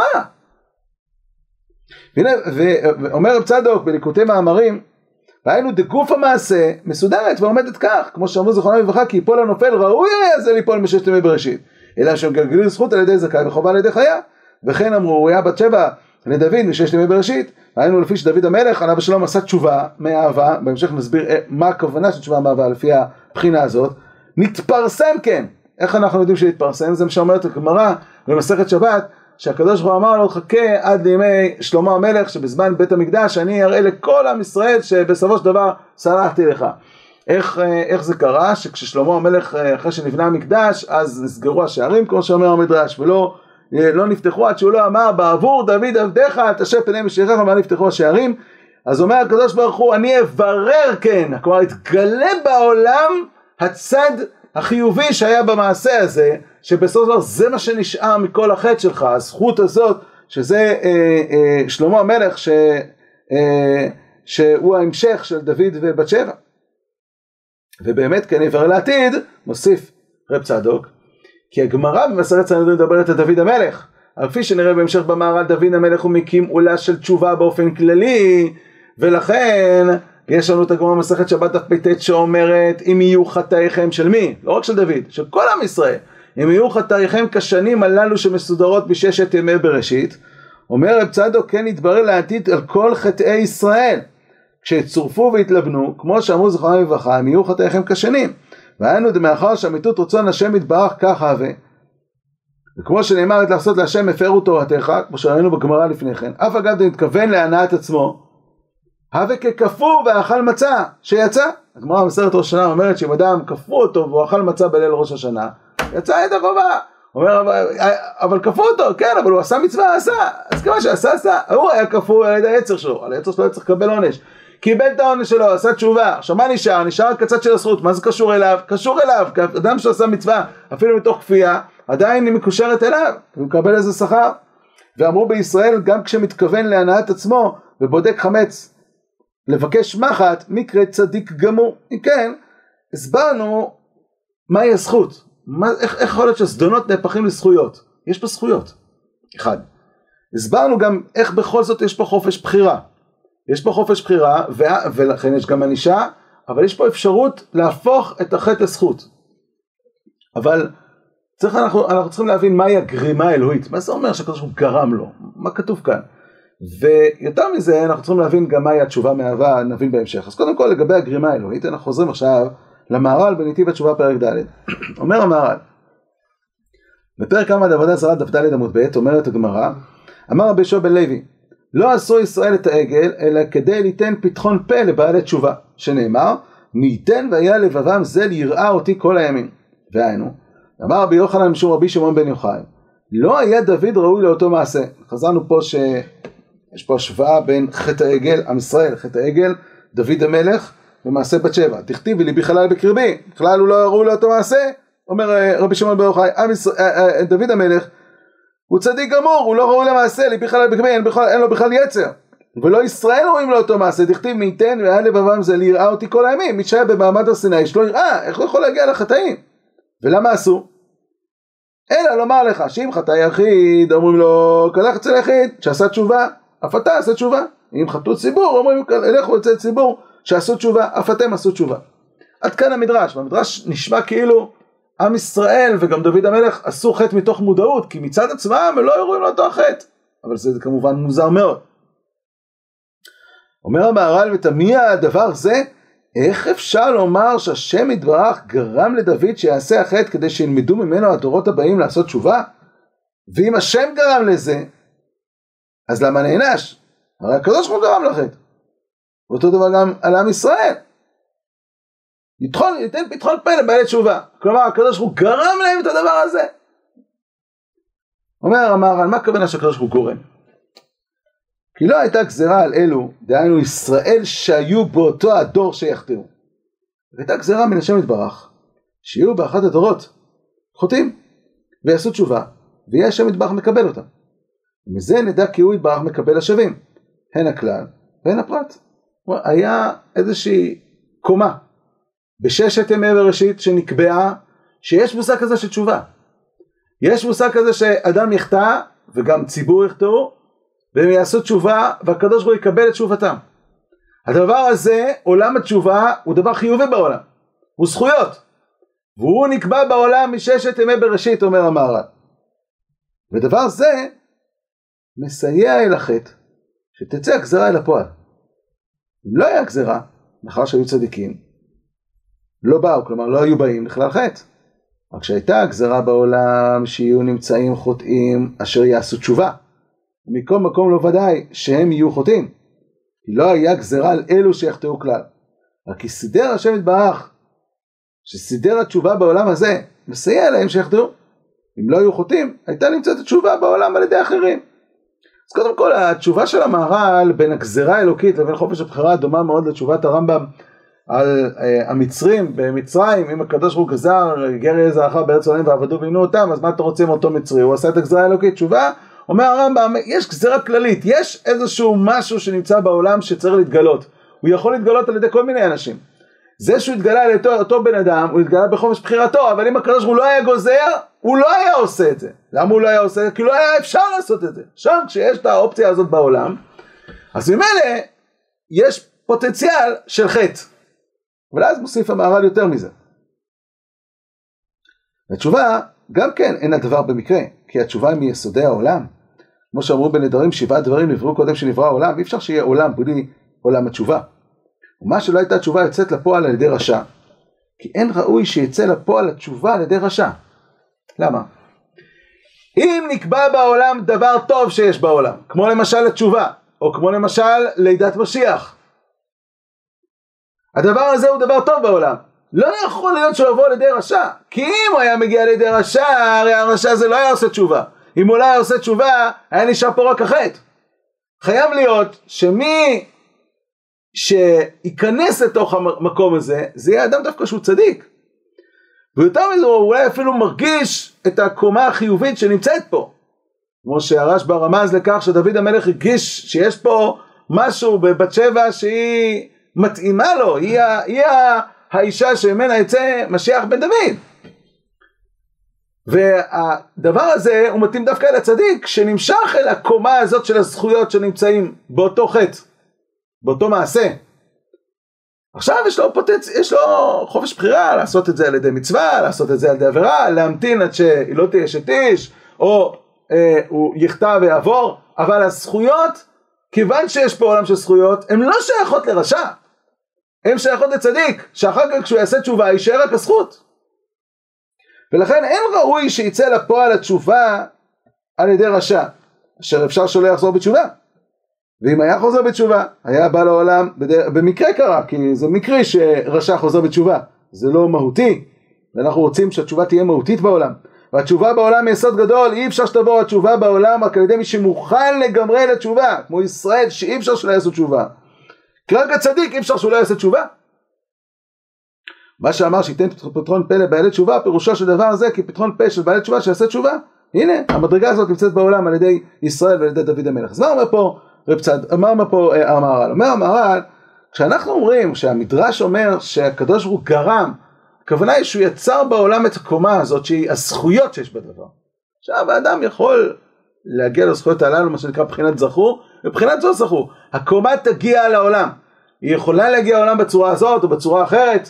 והנה, ואומר רב צדוק בליקוטי מאמרים, ראינו דגוף המעשה מסודרת ועומדת כך, כמו שאמרו זכרונם לברכה, כי יפול הנופל ראוי היה זה ליפול מששת ימי בראשית, אלא שמגלגלים זכות על ידי זכאי וחובה על ידי חיה. וכן אמרו אוריה בת שבע לדוד מששת ימי בראשית, ראינו לפי שדוד המלך עליו השלום עשה תשובה מאהבה, בהמשך נסביר מה הכוונה של תשובה מאהבה לפי הבחינה הזאת. נתפרסם, כן, איך אנחנו יודעים שנתפרסם? זה מה שאומרת הגמרא במסכת שבת, שהקדוש ברוך הוא אמר לו חכה עד לימי שלמה המלך, שבזמן בית המקדש אני אראה לכל עם ישראל שבסופו של דבר סלחתי לך. איך זה קרה? שכששלמה המלך אחרי שנבנה המקדש, אז נסגרו השערים כמו שאומר המדרש, ולא נפתחו עד שהוא לא אמר בעבור דוד עבדך תשב פני משיחך מה נפתחו השערים. אז אומר הקדוש ברוך הוא אני אברר, כן, כלומר התגלה בעולם הצד החיובי שהיה במעשה הזה, שבסופו של דבר זה מה שנשאר מכל החטא שלך, הזכות הזאת, שזה שלמה המלך שהוא ההמשך של דוד ובת שבע. ובאמת כן יברר לעתיד, מוסיף רב צדוק, כי הגמרא במסכת סנהדרין מדברת על דוד המלך, על כפי שנראה בהמשך במהר"ל, דוד המלך הוא מקים עולה של תשובה באופן כללי, ולכן יש לנו את הגמרא במסכת שבת דף פ"ט שאומרת אם יהיו חטאיכם של מי? לא רק של דוד, של כל עם ישראל. אם יהיו חטאיכם כשנים הללו שמסודרות בששת ימי בראשית, אומר רב צדוק כן יתברר לעתיד על כל חטאי ישראל, כשצורפו והתלבנו, כמו שאמרו זכרונם לברכה, אם יהיו חטאיכם כשנים. והיינו דמאחר שאמיתות רצון השם יתברך כך הווה. וכמו שנאמר את לעשות להשם הפרו תורתך, כמו שראינו בגמרא לפני כן, אף אגב מתכוון להנאת עצמו, הווה כקפוא ואכל מצה שיצא. הגמרא במסכת ראש השנה אומרת שאם אדם כפו אותו והוא אכל מצה בליל ראש השנה, יצא ידי חובה. אומר אבל כפו אותו, כן, אבל הוא עשה מצווה, עשה. אז כמה שעשה, הוא היה כפוא על ידי היצר שלו, על היצר שלו היה צריך לקבל עונש. קיבל את העונש שלו, עשה תשובה. עכשיו מה נשאר? נשאר הקצת של הזכות. מה זה קשור אליו? קשור אליו, כי אדם שעשה מצווה, אפילו מתוך כפייה, עדיין היא מקושרת אליו, הוא מקבל איזה שכר. ואמרו בישראל, גם כשמתכוון להנאת עצמו, ובודק חמץ, לבקש מחט, מקרה צדיק גמור. אם כן, הסברנו מהי הזכות. איך יכול להיות שהזדונות נהפכים לזכויות? יש פה זכויות. אחד. הסברנו גם איך בכל זאת יש פה חופש בחירה. יש פה חופש בחירה, ולכן יש גם ענישה, אבל יש פה אפשרות להפוך את החטא לזכות. אבל אנחנו צריכים להבין מהי הגרימה האלוהית, מה זה אומר שהקדוש ברוך הוא גרם לו, מה כתוב כאן, ויותר מזה אנחנו צריכים להבין גם מהי התשובה מאהבה, נבין בהמשך. אז קודם כל לגבי הגרימה האלוהית, אנחנו חוזרים עכשיו למהר"ל בנתיב התשובה פרק ד'. אומר המהר"ל, בפרק כמה עבודה זרה דף ד' עמוד ב', אומרת הגמרא, אמר רבי יהושע בן לוי, לא עשו ישראל את העגל, אלא כדי ליתן פתחון פה לבעלי תשובה, שנאמר, מי ייתן והיה לבבם זה ליראה אותי כל הימים. והיינו, אמר רבי יוחנן משום רבי שמעון בן יוחאי, לא היה דוד ראוי לאותו מעשה. חזרנו פה שיש פה השוואה בין חטא העגל, עם ישראל, חטא העגל, דוד המלך, ומעשה בת שבע. תכתיב וליבי חלל בקרבי, בכלל הוא לא ראוי לאותו מעשה, אומר רבי שמעון בן יוחאי, דוד המלך, הוא צדיק גמור, הוא לא ראוי למעשה, ליבי חלל בקרבי, אין לו בכלל יצר. ולא ישראל רואים לאותו מעשה, תכתיב מי ייתן והיה לבבם זה ליראה אותי כל הימים. מי שהיה במעמד הר סיני יש לו יראה, איך הוא יכול להגיע לחטאים? ולמה עשו? אלא לומר לך שאם חטא יחיד אומרים לו קדח אצל יחיד שעשה תשובה, אף אתה עשה תשובה. אם חטאו ציבור אומרים לכו אצל ציבור שעשו תשובה, אף אתם עשו תשובה. עד כאן המדרש. והמדרש נשמע כאילו עם ישראל וגם דוד המלך עשו חטא מתוך מודעות, כי מצד עצמם הם לא רואים לאותו החטא, אבל זה כמובן מוזר מאוד. אומר המהר"ל, ותמי הדבר זה, איך אפשר לומר שהשם יתברך גרם לדוד שיעשה החטא כדי שילמדו ממנו הדורות הבאים לעשות תשובה? ואם השם גרם לזה, אז למה נענש? הרי הקדוש ברוך הוא גרם לחטא. ואותו דבר גם על עם ישראל. ייתן פתחון פה לבעלי תשובה. כלומר, הקדוש ברוך הוא גרם להם את הדבר הזה. אומר המהר"ל, מה הכוונה שהקדוש ברוך הוא גורם? כי לא הייתה גזרה על אלו, דהיינו ישראל שהיו באותו הדור שיחטאו. הייתה גזרה מן השם יתברך, שיהיו באחד הדורות חוטאים, ויעשו תשובה, ויהיה השם יתברך מקבל אותם. ומזה נדע כי הוא יתברך מקבל השבים, הן הכלל והן הפרט. היה איזושהי קומה, בששת ימי בראשית שנקבעה, שיש מושג כזה של תשובה. יש מושג כזה שאדם יחטא, וגם ציבור יחטאו, והם יעשו תשובה, והקדוש ברוך הוא יקבל את תשובתם. הדבר הזה, עולם התשובה, הוא דבר חיובי בעולם. הוא זכויות. והוא נקבע בעולם מששת ימי בראשית, אומר המהר"ל. ודבר זה, מסייע אל החטא, שתצא הגזרה אל הפועל. אם לא היה גזרה, מאחר שהיו צדיקים, לא באו, כלומר לא היו באים לכלל חטא. רק שהייתה הגזרה בעולם, שיהיו נמצאים חוטאים, אשר יעשו תשובה. ומכל מקום לא ודאי שהם יהיו חוטאים. לא היה גזרה על אלו שיחטאו כלל. רק כי סידר השם יתברך, שסידר התשובה בעולם הזה, מסייע להם שיחטאו. אם לא היו חוטאים, הייתה נמצאת התשובה בעולם על ידי אחרים. אז קודם כל, התשובה של המהר"ל בין הגזרה האלוקית לבין חופש הבחירה דומה מאוד לתשובת הרמב"ם על המצרים במצרים. אם הקדוש ברוך הוא גזר, גר יהיה זרעך בארץ עולם ועבדו ועינו אותם, אז מה אתה רוצה עם אותו מצרי? הוא עשה את הגזרה האלוקית. תשובה, אומר הרמב"ם, יש גזרה כללית, יש איזשהו משהו שנמצא בעולם שצריך להתגלות. הוא יכול להתגלות על ידי כל מיני אנשים. זה שהוא התגלה על ידי אותו בן אדם, הוא התגלה בחופש בחירתו, אבל אם הקדוש ברוך הוא לא היה גוזר, הוא לא היה עושה את זה. למה הוא לא היה עושה את זה? כי לא היה אפשר לעשות את זה. עכשיו, כשיש את האופציה הזאת בעולם, אז ממילא יש פוטנציאל של חטא. אבל אז מוסיף המהר"ל יותר מזה. התשובה, גם כן אין הדבר במקרה, כי התשובה היא מיסודי העולם. כמו שאמרו בנדרים, 7 דברים נבראו קודם שנברא העולם, אי אפשר שיהיה עולם בלי עולם התשובה. ומה שלא הייתה התשובה יוצאת לפועל על ידי רשע, כי אין ראוי שיצא לפועל התשובה על ידי רשע. למה? אם נקבע בעולם דבר טוב שיש בעולם, כמו למשל התשובה, או כמו למשל לידת משיח, הדבר הזה הוא דבר טוב בעולם. לא יכול להיות שהוא יבוא על ידי רשע, כי אם הוא היה מגיע על ידי רשע, הרי הרשע הזה לא היה עושה תשובה. אם הוא לא היה עושה תשובה, היה נשאר פה רק החטא. חייב להיות שמי שיכנס לתוך המקום הזה, זה יהיה אדם דווקא שהוא צדיק. ויותר מזה, הוא אולי אפילו מרגיש את הקומה החיובית שנמצאת פה. כמו שהרשב"א רמז לכך שדוד המלך הרגיש שיש פה משהו בבת שבע שהיא מתאימה לו, היא האישה שממנה יצא משיח בן דוד. והדבר הזה הוא מתאים דווקא אל הצדיק שנמשך אל הקומה הזאת של הזכויות שנמצאים באותו חטא, באותו מעשה. עכשיו יש לו חופש בחירה לעשות את זה על ידי מצווה, לעשות את זה על ידי עבירה, להמתין עד שהיא לא תהיה שתיש, או הוא יכתב ויעבור, אבל הזכויות, כיוון שיש פה עולם של זכויות, הן לא שייכות לרשע, הן שייכות לצדיק, שאחר כך כשהוא יעשה תשובה, יישאר רק הזכות. ולכן אין ראוי שיצא לפועל התשובה על ידי רשע, אשר אפשר שלא יחזור בתשובה. ואם היה חוזר בתשובה, היה בא לעולם, במקרה קרה, כי זה מקרי שרשע חוזר בתשובה, זה לא מהותי, ואנחנו רוצים שהתשובה תהיה מהותית בעולם. והתשובה בעולם היא יסוד גדול, אי אפשר שתבוא התשובה בעולם רק על ידי מי שמוכן לגמרי לתשובה, כמו ישראל שאי אפשר שלא יעשו תשובה. כי רק הצדיק אי אפשר שלא יעשה תשובה. מה שאמר שייתן פתרון פה לבעלי תשובה, פירושו של דבר זה כי פתרון פה של בעלי תשובה שיעשה תשובה. הנה, המדרגה הזאת נמצאת בעולם על ידי ישראל ועל ידי דוד המלך. אז מה אומר פה המהר"ל? אומר המהר"ל, כשאנחנו אומרים שהמדרש אומר שהקדוש ברוך הוא גרם, הכוונה היא שהוא יצר בעולם את הקומה הזאת שהיא הזכויות שיש בדבר. עכשיו האדם יכול להגיע לזכויות הללו, מה שנקרא בחינת זכור, ובחינת זאת זכור. הקומה תגיע לעולם. היא יכולה להגיע לעולם בצורה הזאת או בצורה אחרת.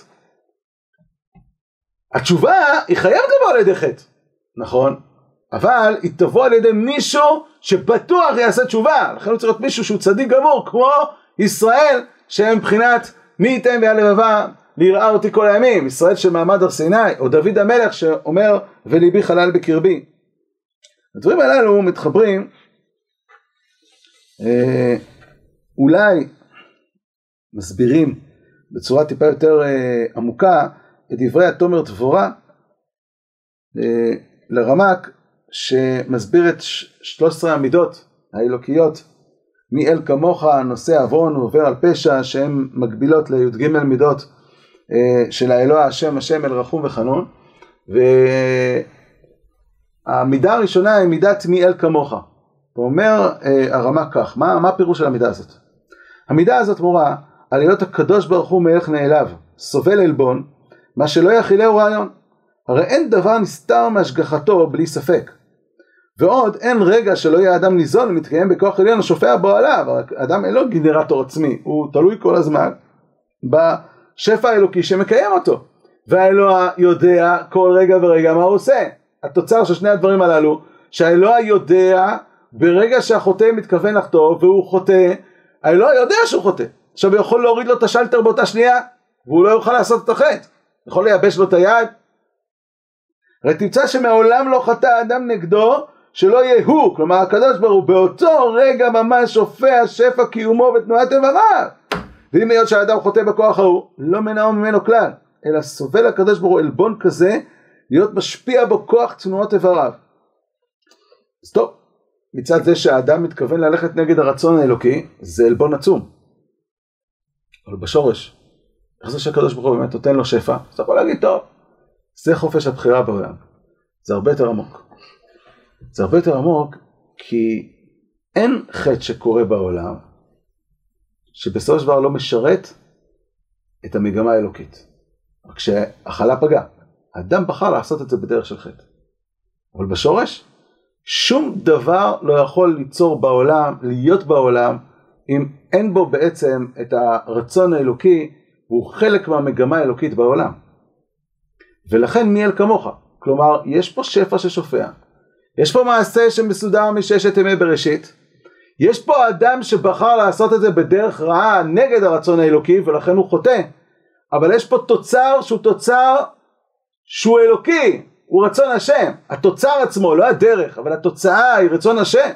התשובה היא חייבת לבוא על ידי חטא, נכון? אבל היא תבוא על ידי מישהו שבטוח יעשה תשובה. לכן הוא צריך להיות מישהו שהוא צדיק גמור, כמו ישראל, שהם מבחינת מי ייתן ויעלה לבבם ליראה אותי כל הימים, ישראל של מעמד הר סיני, או דוד המלך שאומר וליבי חלל בקרבי. הדברים הללו מתחברים אולי מסבירים בצורה טיפה יותר עמוקה את דברי התומר דבורה לרמק, שמסביר את 13 המידות האלוקיות, מי אל כמוך נושא עוון ועובר על פשע, שהן מקבילות לי"ג מידות של האלוה השם השם אל רחום וחנון. והמידה הראשונה היא מידת מי אל כמוך. הוא אומר הרמק כך, מה הפירוש של המידה הזאת? המידה הזאת מורה על להיות הקדוש ברוך הוא מלך נעלב, סובל עלבון, מה שלא יכילהו רעיון. הרי אין דבר נסתר מהשגחתו בלי ספק. ועוד אין רגע שלא יהיה אדם ניזון ומתקיים בכוח עליון השופע בו עליו. האדם אין לו גנרטור עצמי, הוא תלוי כל הזמן בשפע האלוקי שמקיים אותו. והאלוה יודע כל רגע ורגע מה הוא עושה. התוצר של שני הדברים הללו, שהאלוה יודע ברגע שהחוטא מתכוון לחטוא והוא חוטא, האלוה יודע שהוא חוטא. עכשיו הוא יכול להוריד לו את השלטר באותה שנייה, והוא לא יוכל לעשות את החטא. יכול לייבש לו את היד. הרי תמצא שמעולם לא חטא האדם נגדו, שלא יהיה הוא, כלומר הקדוש ברוך הוא באותו רגע ממש שופע שפע קיומו ותנועת איבריו. ואם היות שהאדם חוטא בכוח ההוא, לא מנעו ממנו כלל, אלא סובל הקדוש ברוך הוא עלבון כזה, להיות משפיע בו כוח תנועות איבריו. אז טוב, מצד זה שהאדם מתכוון ללכת נגד הרצון האלוקי, זה עלבון עצום. אבל בשורש, איך זה שהקדוש ברוך הוא באמת נותן לו שפע? אז אתה יכול להגיד, טוב, זה חופש הבחירה בעולם. זה הרבה יותר עמוק. זה הרבה יותר עמוק, כי אין חטא שקורה בעולם, שבסופו של דבר לא משרת את המגמה האלוקית. רק שהחלה פגע. האדם בחר לעשות את זה בדרך של חטא. אבל בשורש, שום דבר לא יכול ליצור בעולם, להיות בעולם, אם אין בו בעצם את הרצון האלוקי, והוא חלק מהמגמה האלוקית בעולם. ולכן מי אל כמוך? כלומר, יש פה שפע ששופע. יש פה מעשה שמסודר מששת ימי בראשית. יש פה אדם שבחר לעשות את זה בדרך רעה נגד הרצון האלוקי, ולכן הוא חוטא. אבל יש פה תוצר שהוא תוצר שהוא אלוקי, הוא רצון השם. התוצר עצמו, לא הדרך, אבל התוצאה היא רצון השם.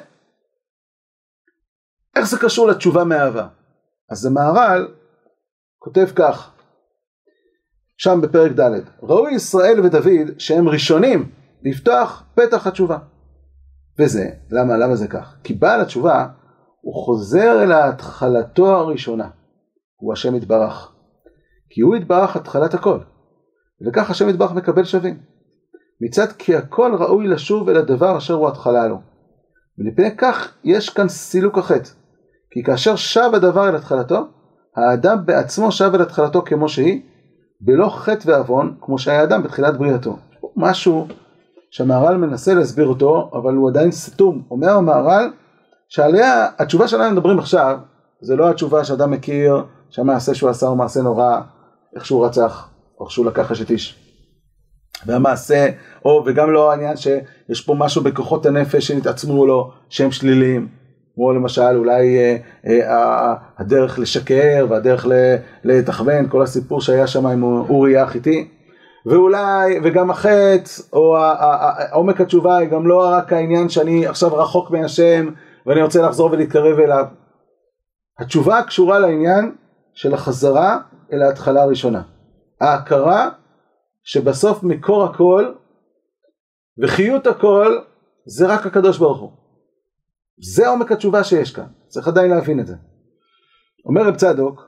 איך זה קשור לתשובה מאהבה? אז המהר"ל כותב כך, שם בפרק ד', ראו ישראל ודוד שהם ראשונים לפתוח פתח התשובה. וזה, למה זה כך? כי בעל התשובה הוא חוזר אל התחלתו הראשונה, הוא השם יתברך. כי הוא יתברך התחלת הכל, וכך השם יתברך מקבל שווים. מצד כי הכל ראוי לשוב אל הדבר אשר הוא התחלה לו. ולפני כך יש כאן סילוק החטא. כי כאשר שב הדבר אל התחלתו, האדם בעצמו שב אל התחלתו כמו שהיא, בלא חטא ועוון, כמו שהיה אדם בתחילת בריאתו. משהו שהמהר"ל מנסה להסביר אותו, אבל הוא עדיין סתום. אומר המהר"ל, שעליה, התשובה שלנו מדברים עכשיו, זה לא התשובה שאדם מכיר שהמעשה שהוא עשה הוא מעשה נורא, איך שהוא רצח, או איך שהוא לקח אשת איש. והמעשה, וגם לא העניין שיש פה משהו בכוחות הנפש שנתעצמו לו, שהם שליליים, כמו למשל אולי הדרך לשקר והדרך לתכוון, כל הסיפור שהיה שם עם אוריה החיתי, ואולי, וגם החטא, או עומק התשובה היא גם לא רק העניין שאני עכשיו רחוק מהשם, ואני רוצה לחזור ולהתקרב אליו. התשובה קשורה לעניין של החזרה אל ההתחלה הראשונה. ההכרה שבסוף מקור הכל וחיות הכל זה רק הקדוש ברוך הוא. זה עומק התשובה שיש כאן. צריך עדיין להבין את זה. אומר רב צדוק,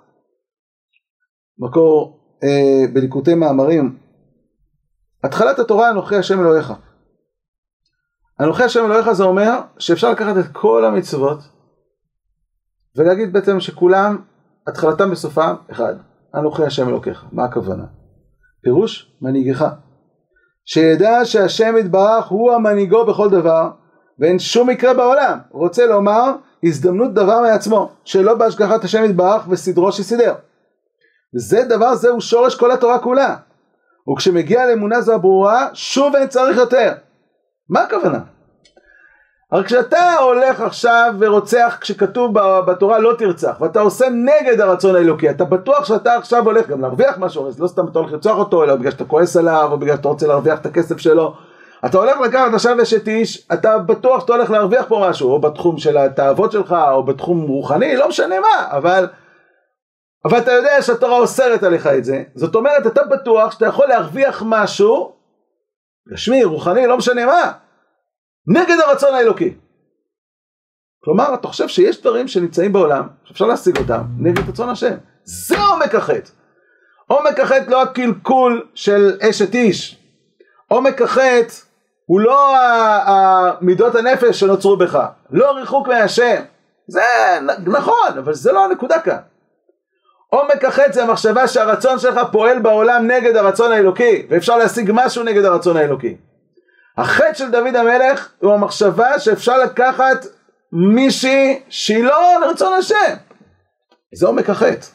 מקור בליקוטי מאמרים, התחלת התורה אנוכי השם אלוהיך. אנוכי השם אלוהיך זה אומר שאפשר לקחת את כל המצוות ולהגיד בעצם שכולם התחלתם בסופם אחד, אנוכי השם אלוהיך. מה הכוונה? פירוש מנהיגך, שידע שהשם יתברך הוא המנהיגו בכל דבר, ואין שום מקרה בעולם רוצה לומר הזדמנות דבר מעצמו שלא בהשגחת השם יתברך וסדרו שסידר. וזה דבר זה הוא שורש כל התורה כולה, וכשמגיע לאמונה זו הברורה שוב אין צריך יותר. מה הכוונה? הרי כשאתה הולך עכשיו ורוצח, כשכתוב בתורה לא תרצח, ואתה עושה נגד הרצון האלוקי, אתה בטוח שאתה עכשיו הולך גם להרוויח משהו, אז לא סתם אתה הולך לרצוח אותו, אלא בגלל שאתה כועס עליו, או בגלל שאתה רוצה להרוויח את הכסף שלו. אתה הולך לקחת עכשיו אשת איש, אתה בטוח שאתה הולך להרוויח פה משהו, או בתחום של התאוות שלך, או בתחום רוחני, לא משנה מה, אבל אתה יודע שהתורה אוסרת עליך את זה. זאת אומרת, אתה בטוח שאתה יכול להרוויח משהו, גשמי, רוחני, לא משנה מה, נגד הרצון האלוקי. כלומר, אתה חושב שיש דברים שנמצאים בעולם, שאפשר להשיג אותם, נגד רצון השם. זה עומק החטא. עומק החטא לא הקלקול של אשת איש. עומק החטא הוא לא מידות הנפש שנוצרו בך. לא ריחוק מהשם. זה נכון, אבל זה לא הנקודה כאן. עומק החטא זה המחשבה שהרצון שלך פועל בעולם נגד הרצון האלוקי, ואפשר להשיג משהו נגד הרצון האלוקי. החטא של דוד המלך הוא המחשבה שאפשר לקחת מישהי שהיא לא לרצון השם. זה עומק החטא.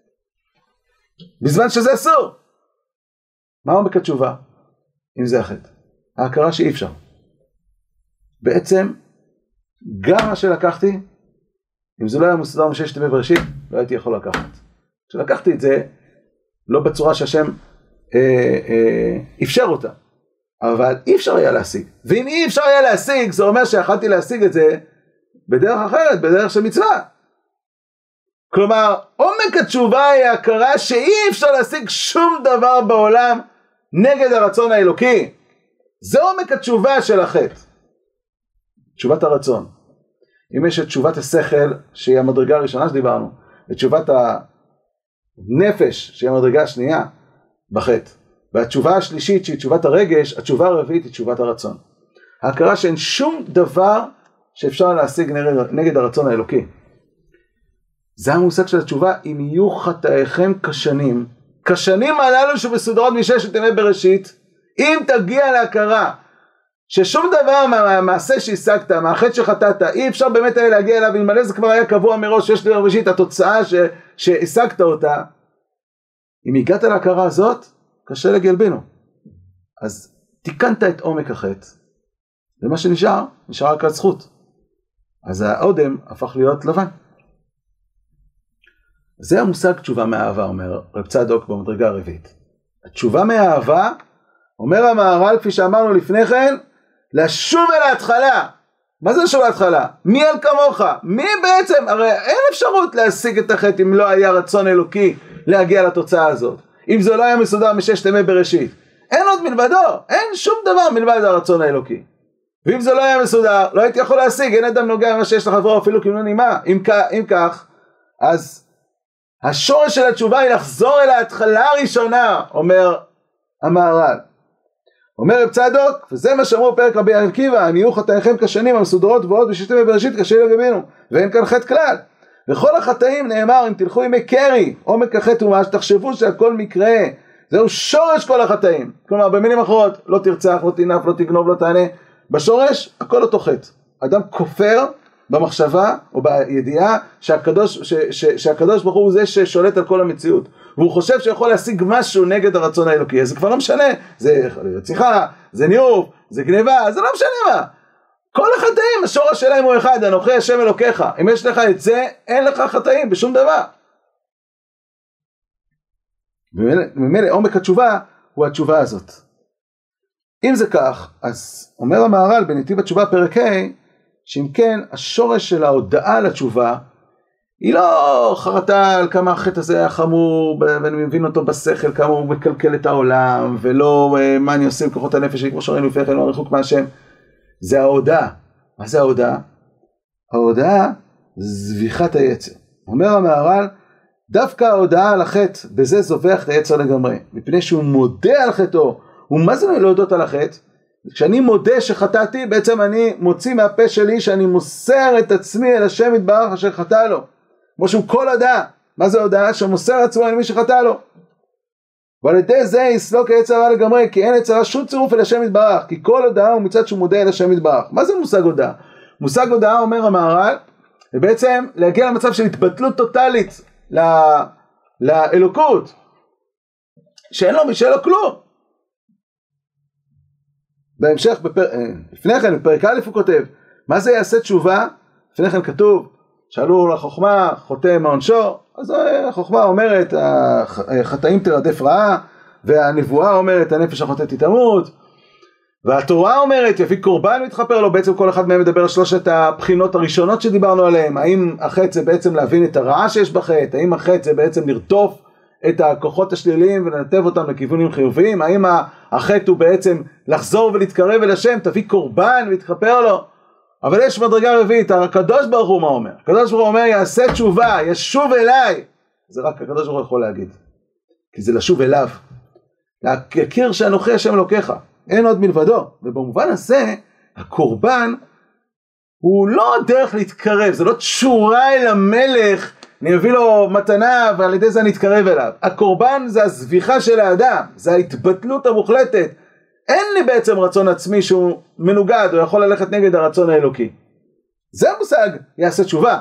בזמן שזה אסור. מה עומק התשובה? אם זה החטא. ההכרה שאי אפשר. בעצם, גם מה שלקחתי, אם זה לא היה מסודר מששת ימי בראשית, לא הייתי יכול לקחת. כשלקחתי את זה, לא בצורה שהשם אפשר אותה. אבל אי אפשר היה להשיג. ואם אי אפשר היה להשיג, זה אומר שיכולתי להשיג את זה בדרך אחרת, בדרך של מצווה. כלומר, עומק התשובה היא ההכרה שאי אפשר להשיג שום דבר בעולם נגד הרצון האלוקי. זה עומק התשובה של החטא. תשובת הרצון. אם יש את תשובת השכל, שהיא המדרגה הראשונה שדיברנו, ותשובת הנפש, שהיא המדרגה השנייה, בחטא. והתשובה השלישית, שהיא תשובת הרגש, התשובה הרביעית היא תשובת הרצון. ההכרה שאין שום דבר שאפשר להשיג נגד הרצון האלוקי. זה המושג של התשובה, אם יהיו חטאיכם כשנים, כשנים הללו שמסודרות מששת ימי בראשית, אם תגיע להכרה ששום דבר מהמעשה שהשגת, מהחטא שחטאת, אי אפשר באמת היה להגיע אליו, אלמלא זה כבר היה קבוע מראש, שיש לי בראשית התוצאה שהשגת אותה, אם הגעת להכרה הזאת, קשה לגלבנו. אז תיקנת את עומק החטא, ומה שנשאר, נשאר רק הזכות. אז האודם הפך להיות לבן. זה המושג תשובה מהאהבה, אומר רב צדוק במדרגה הרביעית. התשובה מהאהבה, אומר המהר"ל, כפי שאמרנו לפני כן, לשוב אל ההתחלה. מה זה לשוב אל ההתחלה? מי אל כמוך? מי בעצם? הרי אין אפשרות להשיג את החטא אם לא היה רצון אלוקי להגיע לתוצאה הזאת. אם זה לא היה מסודר מששת ימי בראשית. אין עוד מלבדו, אין שום דבר מלבד הרצון האלוקי. ואם זה לא היה מסודר, לא הייתי יכול להשיג, אין אדם נוגע במה שיש לחברו אפילו כמלוא נימה. אם כך, אז השורש של התשובה היא לחזור אל ההתחלה הראשונה, אומר המהר"ל. אומר רב צדוק, וזה מה שאמרו בפרק רבי עקיבא, אם יהיו חטאיכם כשנים המסודרות ועוד בששת ימי בראשית קשה לגבינו, ואין כאן חטא כלל. וכל החטאים נאמר, אם תלכו ימי קרי, עומק החטא הוא מה שתחשבו שהכל מקרה, זהו שורש כל החטאים. כלומר, במילים אחרות, לא תרצח, לא תנף, לא תגנוב, לא תענה. בשורש, הכל אותו חטא. אדם כופר במחשבה או בידיעה שהקדוש ברוך הוא זה ששולט על כל המציאות, והוא חושב שיכול להשיג משהו נגד הרצון האלוקי, אז זה כבר לא משנה, זה רציחה, זה ניאוף, זה גניבה, זה לא משנה מה. כל החטאים, השורש שלהם הוא אחד, אנוכי השם אלוקיך. אם יש לך את זה, אין לך חטאים בשום דבר. וממילא עומק התשובה הוא התשובה הזאת. אם זה כך, אז אומר המהר"ל בנתיב התשובה פרק ה', שאם כן, השורש של ההודעה לתשובה, היא לא חרטה על כמה החטא הזה היה חמור, ואני מבין אותו בשכל, כמה הוא מקלקל את העולם, ולא מה אני עושה עם כוחות הנפש שלי, כמו שראינו לפני כן, לא רחוק מהשם. זה ההודעה. מה זה ההודעה? ההודעה זה זביחת היצר. אומר המהר"ל, דווקא ההודעה על החטא, בזה זובח את היצר לגמרי, מפני שהוא מודה על חטאו. ומה זה להודות על החטא? כשאני מודה שחטאתי, בעצם אני מוציא מהפה שלי שאני מוסר את עצמי אל השם יתברך אשר חטא לו. כמו שהוא כל הודעה. מה זה הודעה? שמוסר עצמו אל מי שחטא לו. ועל ידי זה יסלוק היצר הרע לגמרי, כי אין יצר הרע שום צירוף אל השם יתברך, כי כל הודעה הוא מצד שהוא מודה אל השם יתברך. מה זה מושג הודעה? מושג הודעה, אומר המהר"ל, זה בעצם להגיע למצב של התבטלות טוטלית לאלוקות, שאין לו משלו כלום. בהמשך, לפני כן, בפרק א' הוא כותב, מה זה יעשה תשובה? לפני כן כתוב, שאלו לחוכמה, חוטא מעונשו, אז החוכמה אומרת, החטאים תרדף רעה, והנבואה אומרת, הנפש החוטאת תמות, והתורה אומרת, יביא קורבן מתחפר לו, בעצם כל אחד מהם מדבר על שלושת הבחינות הראשונות שדיברנו עליהם, האם החטא זה בעצם להבין את הרעה שיש בחטא, האם החטא זה בעצם לרטוף את הכוחות השליליים ולנתב אותם לכיוונים חיוביים, האם החטא הוא בעצם לחזור ולהתקרב אל השם, תביא קורבן והתחפר לו. אבל יש מדרגה רביעית, הקדוש ברוך הוא מה אומר? הקדוש ברוך הוא אומר, יעשה תשובה, ישוב אליי. זה רק הקדוש ברוך הוא יכול להגיד, כי זה לשוב אליו, להכיר שאנוכי השם אלוקיך, אין עוד מלבדו. ובמובן הזה, הקורבן הוא לא דרך להתקרב, זה לא תשורה אל המלך, אני אביא לו מתנה ועל ידי זה אני אתקרב אליו. הקורבן זה הזביחה של האדם, זה ההתבטלות המוחלטת. אין לי בעצם רצון עצמי שהוא מנוגד או יכול ללכת נגד הרצון האלוקי. זה המושג, יעשה תשובה.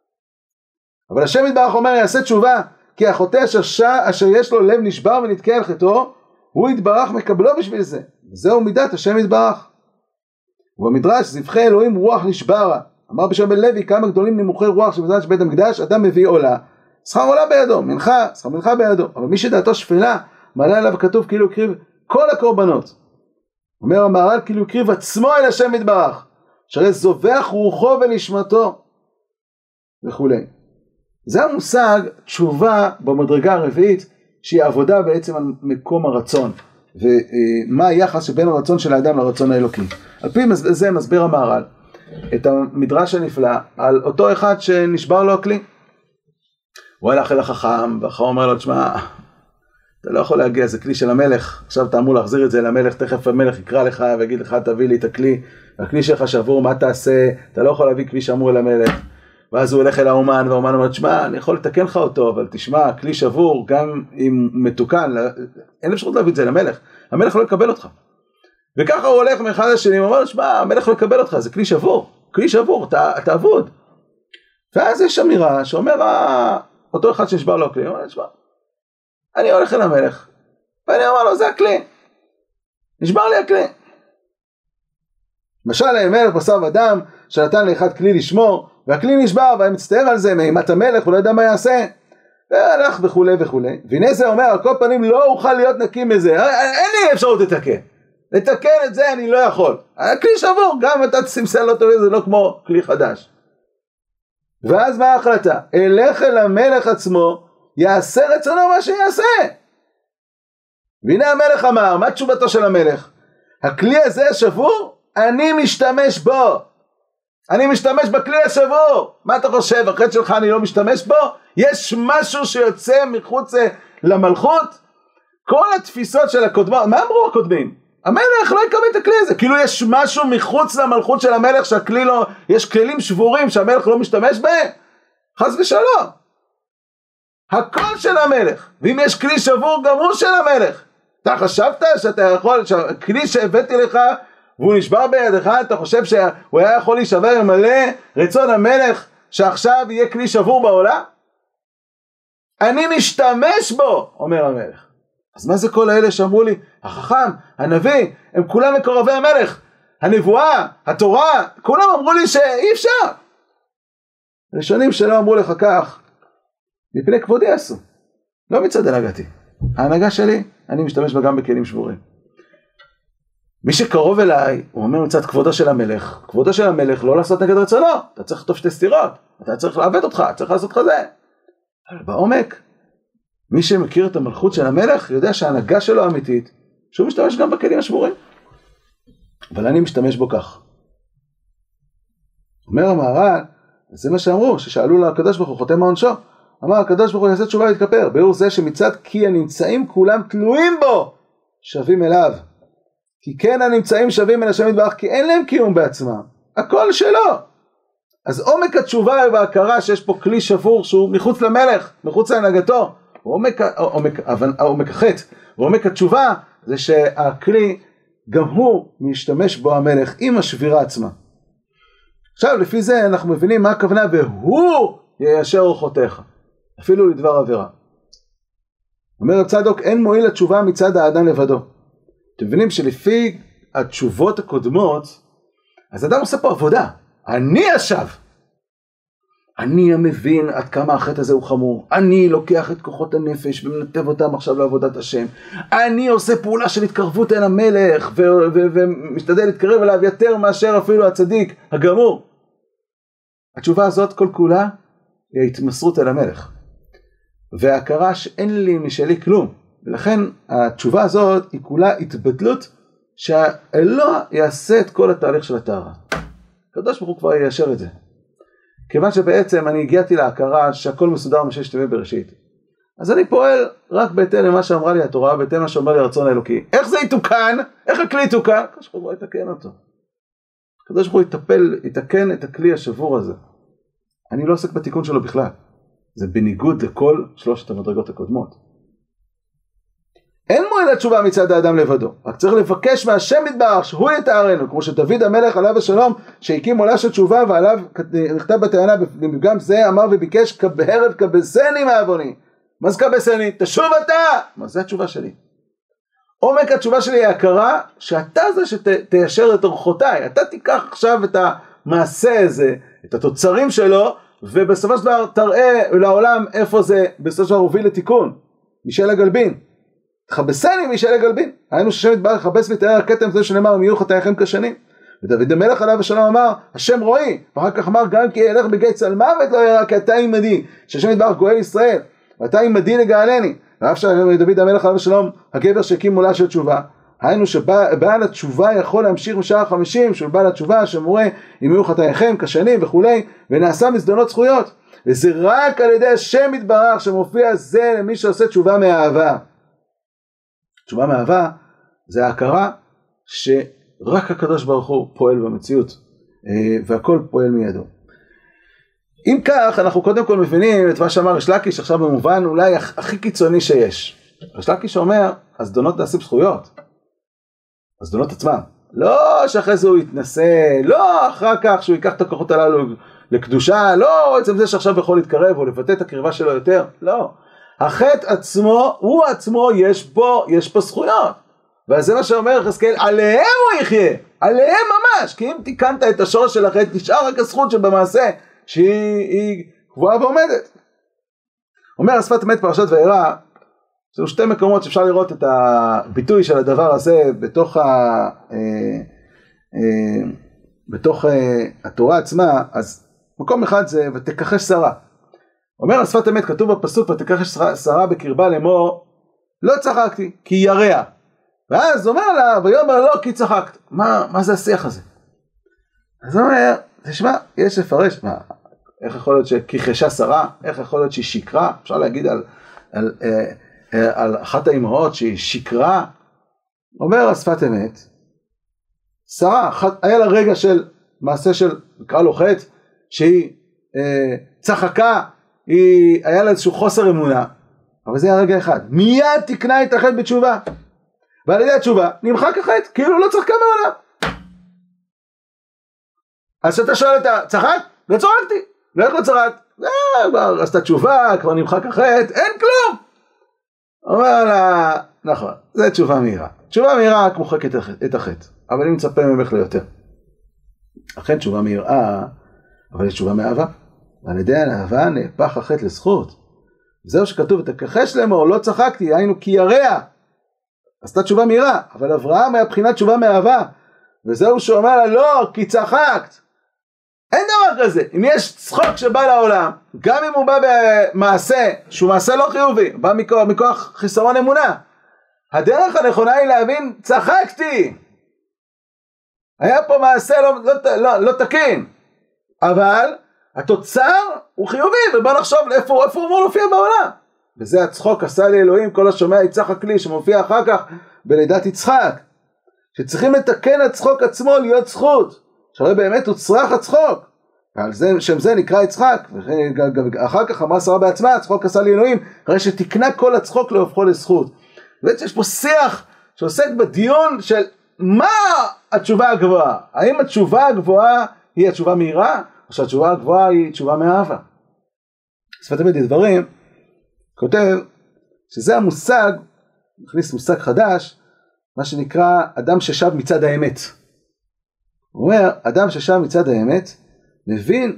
אבל השם יתברך אומר יעשה תשובה, כי החוטא אשר יש לו לב נשבר ונתקע על חטאו, הוא יתברך מקבלו בשביל זה. זהו מידת השם יתברך. ובמדרש זבחי אלוהים רוח נשברה. אמר בשם בן לוי, כמה גדולים נמוכי רוח שבזמן שבית המקדש, אדם מביא עולה, שכר עולה בידו, מנחה, שכר מנחה בידו. אבל מי שדעתו שפלה, מעלה עליו כתוב כאילו הקריב כל הקורבנות. אומר המהר"ל, כאילו הקריב עצמו אל השם יתברך, שהרי זובח רוחו ונשמתו, וכו'. זה המושג תשובה במדרגה הרביעית, שהיא עבודה בעצם על מקום הרצון, ומה היחס שבין הרצון של האדם לרצון האלוקי. על פי זה מסביר המהר"ל את המדרש הנפלא על אותו אחד שנשבר לו הכלי. הוא הלך אל החכם, והחכם אומר לו, תשמע, אתה לא יכול להגיע, זה כלי של המלך, עכשיו אתה אמור להחזיר את זה למלך, תכף המלך יקרא לך ויגיד לך, תביא לי את הכלי, הכלי שלך שבור, מה תעשה? אתה לא יכול להביא כלי שאמור אל המלך. ואז הוא הולך אל האומן, והאומן אומר, תשמע, אני יכול לתקן לך אותו, אבל תשמע, כלי שבור, גם אם מתוקן, אין אפשרות להביא את זה למלך, המלך לא יקבל אותך. וככה הוא הולך מאחד השני, הוא אומר, תשמע, המלך לא יקבל אותך, זה כלי שבור, כלי שבור, אתה עבוד. ואז יש אמירה שאומר, אותו אחד שנשבר לו הכלי, הוא אומר, תשמע, אני הולך אל המלך, ואני אומר לו, זה הכלי, נשבר לי הכלי. משל המלך בשר ודם, שנתן לאחד כלי לשמור, והכלי נשבר, והם מצטער על זה, מאימת המלך, הוא לא יודע מה יעשה, והלך וכו' וכו'. והנה זה אומר, על כל פנים לא אוכל להיות נקי מזה, אין לי אפשרות לתקן את זה אני לא יכול. הכלי שבור, גם אתה תסמסל אותו, זה לא כמו כלי חדש. ואז מה ההחלטה? אלך אל המלך עצמו, יעשה רצונו מה שיעשה. והנה המלך אמר, מה תשובתו של המלך? הכלי הזה שבור, אני משתמש בו. אני משתמש בכלי השבור. מה אתה חושב? החטא שלך אני לא משתמש בו? יש משהו שיוצא מחוץ למלכות? כל התפיסות של הקודמים, מה אמרו הקודמים? המלך לא יקבל את הכלי הזה. כאילו יש משהו מחוץ למלכות של המלך שהכלי לא, יש כלים שבורים שהמלך לא משתמש בהם? חס ושלום. הכל של המלך. ואם יש כלי שבור גם הוא של המלך. אתה חשבת שאתה יכול, שהכלי שהבאתי לך והוא נשבר בידך, אתה חושב שהוא היה יכול להישבר עם מלא רצון המלך שעכשיו יהיה כלי שבור בעולם? אני משתמש בו, אומר המלך. אז מה זה כל האלה שאמרו לי, החכם, הנביא, הם כולם מקורבי המלך, הנבואה, התורה, כולם אמרו לי שאי אפשר. הראשונים שלא אמרו לך כך, מפני כבודי עשו, לא מצד הנהגתי. ההנהגה שלי, אני משתמש בה גם בכלים שבורים. מי שקרוב אליי, הוא אומר מצד כבודו של המלך, כבודו של המלך לא לעשות נגד רצונו, אתה צריך לכתוב שתי סתירות, אתה צריך לעבד אותך, צריך לעשות לך זה. אבל בעומק, מי שמכיר את המלכות של המלך, יודע שההנהגה שלו האמיתית, שהוא משתמש גם בכלים השבורים. אבל אני משתמש בו כך. אומר המהר"ל, זה מה שאמרו, ששאלו לה הקדוש ברוך הוא, חותם מעונשו. אמר הקדוש ברוך הוא יעשה תשובה להתכפר, ביאור זה שמצד כי הנמצאים כולם תלויים בו, שווים אליו. כי כן הנמצאים שווים אל השם יתברך, כי אין להם קיום בעצמם. הכל שלו. אז עומק התשובה וההכרה שיש פה כלי שבור שהוא מחוץ למלך, מחוץ להנהגתו, עומק החטא, ועומק התשובה זה שהכלי גם הוא משתמש בו המלך עם השבירה עצמה. עכשיו לפי זה אנחנו מבינים מה הכוונה והוא יישר אורחותיך, אפילו לדבר עבירה. אומר רב צדוק, אין מועיל התשובה מצד האדם לבדו. אתם מבינים שלפי התשובות הקודמות, אז האדם עושה פה עבודה. אני עכשיו. אני המבין עד כמה החטא הזה הוא חמור. אני לוקח את כוחות הנפש ומנתב אותם עכשיו לעבודת השם. אני עושה פעולה של התקרבות אל המלך ומשתדל להתקרב אליו יותר מאשר אפילו הצדיק הגמור. התשובה הזאת כל כולה היא ההתמסרות אל המלך. וההכרה שאין לי משלי כלום. ולכן התשובה הזאת היא כולה התבדלות שהאלוה יעשה את כל התהליך של הטהרה. הקדוש ברוך הוא כבר יישר את זה. כיוון שבעצם אני הגיעתי להכרה שהכל מסודר מששת ימי בראשית. אז אני פועל רק בהתאם למה שאמרה לי התורה, בהתאם למה שאומר לי הרצון האלוקי. איך זה יתוקן? איך הכלי יתוקן? הקדוש ברוך הוא יתקן אותו. הקדוש ברוך הוא יתקן את הכלי השבור הזה. אני לא עוסק בתיקון שלו בכלל. זה בניגוד לכל שלושת המדרגות הקודמות. אין מועיל התשובה מצד האדם לבדו, רק צריך לבקש מהשם יתברך שהוא יטהרנו, כמו שדוד המלך עליו השלום שהקים עולה של תשובה ועליו נכתב בטענה בפגם זה אמר וביקש כבהרב כבסני מעווני. מה זה כבסני? תשוב אתה. מה זה התשובה שלי? עומק התשובה שלי היא הכרה שאתה זה שתיישר את אורחותיי, אתה תיקח עכשיו את המעשה הזה, את התוצרים שלו, ובסופו של דבר תראה לעולם איפה זה בסופו של דבר הוביל לתיקון. מישל הגלבין תכבסני מישל הגלבין, היינו ששם יתברך לכבס ויתאר הכתם זה שנאמר אם יהיו חטאיכם כשנים. ודוד המלך עליו השלום אמר השם רואי, ואחר כך אמר גם כי ילך בגיא צל מוות לא ירא כי אתה עמדי, שהשם יתברך גואל ישראל ואתה עמדי לגאלני. ואף שדוד המלך עליו השלום הגבר שהקים עולה של תשובה, היינו שבעל התשובה יכול להמשיך משעה 50 שהוא בעל התשובה שמורה אם יהיו חטאיכם כשנים וכולי, ונעשה מזדונות זכויות, וזה רק על ידי השם יתברך שמופיע זה למי שעושה תשובה מאהבה. תשובה מאהבה זה ההכרה שרק הקדוש ברוך הוא פועל במציאות והכל פועל מידו. אם כך אנחנו קודם כל מבינים את מה שאמר ריש לקיש עכשיו במובן אולי הכי קיצוני שיש. ריש לקיש אומר הזדונות נעשים זכויות, הזדונות עצמם, לא שאחרי זה הוא יתנסה, לא אחר כך שהוא ייקח את הכוחות הללו לקדושה, לא עצם זה שעכשיו יכול להתקרב או לבטא את הקרבה שלו יותר, לא. החטא עצמו, הוא עצמו יש פה זכויות. וזה מה שאומר יחזקאל, עליהם הוא יחיה, עליהם ממש, כי אם תיקנת את השורש של החטא, נשאר רק הזכות שבמעשה, שהיא קבועה ועומדת. אומר השפת אמת פרשת וירא, יש שתי מקומות שאפשר לראות את הביטוי של הדבר הזה בתוך התורה עצמה. אז מקום אחד זה ותכחש שרה. אומר השפת אמת, כתוב בפסוק ותכחש שרה בקרבה לאמור לא צחקתי כי ירע. ואז אומר לה ויאמר לא כי צחקת. מה זה השיח הזה? אז הוא אומר תשמע, יש לפרש איך יכול להיות שכיחשה שרה, איך יכול להיות שהיא שקרה, אפשר להגיד על אחת האימהות שהיא שקרה. אומר השפת אמת, שרה היה לה רגע של מעשה של נקרא לו חטא, שהיא צחקה, היה לה איזשהו חוסר אמונה, אבל זה היה רגע אחד, מיד תקנה את החטא בתשובה, ועל ידי התשובה נמחק החטא, כאילו לא צחקה מעולם. אז שאתה שואל אותה, צחק? לא צחקתי. לא איך לא צחק? כבר עשתה תשובה, כבר נמחק החטא, אין כלום. אומר לה, נכון, זה תשובה מהירה. תשובה מהירה רק מוחקת את החטא, אבל אני מצפה ממך ליותר. אכן תשובה מהירה, אבל יש תשובה מאהבה. ועל ידי האהבה נהפך החטא לזכות. זהו שכתוב, ותכחש לאמור, לא צחקתי, היינו כי ירע. עשתה תשובה מהירה, אבל אברהם היה בחינת תשובה מאהבה. וזהו שאומר לה, לא, כי צחקת. אין דבר כזה. אם יש צחוק שבא לעולם, גם אם הוא בא במעשה, שהוא מעשה לא חיובי, בא מכוח חיסרון אמונה, הדרך הנכונה היא להבין, צחקתי. היה פה מעשה לא תקין. אבל התוצר הוא חיובי, ובוא נחשוב איפה הוא אמור להופיע בעולם. וזה הצחוק עשה לי אלוהים, כל השומע יצחק לי, שמופיע אחר כך בלידת יצחק. שצריכים לתקן הצחוק עצמו להיות זכות. שהרי באמת הוא צרח הצחוק. ועל זה, שם זה נקרא יצחק. ואחר כך אמרה שרה בעצמה, הצחוק עשה לי אלוהים, הרי שתקנה כל הצחוק להופכו לזכות. באמת שיש פה שיח שעוסק בדיון של מה התשובה הגבוהה. האם התשובה הגבוהה היא התשובה מהירה? או שהתשובה הגבוהה היא תשובה מאהבה. שפת אמת דברים כותב שזה המושג, נכניס מושג חדש, מה שנקרא אדם ששב מצד האמת. הוא אומר, אדם ששב מצד האמת, מבין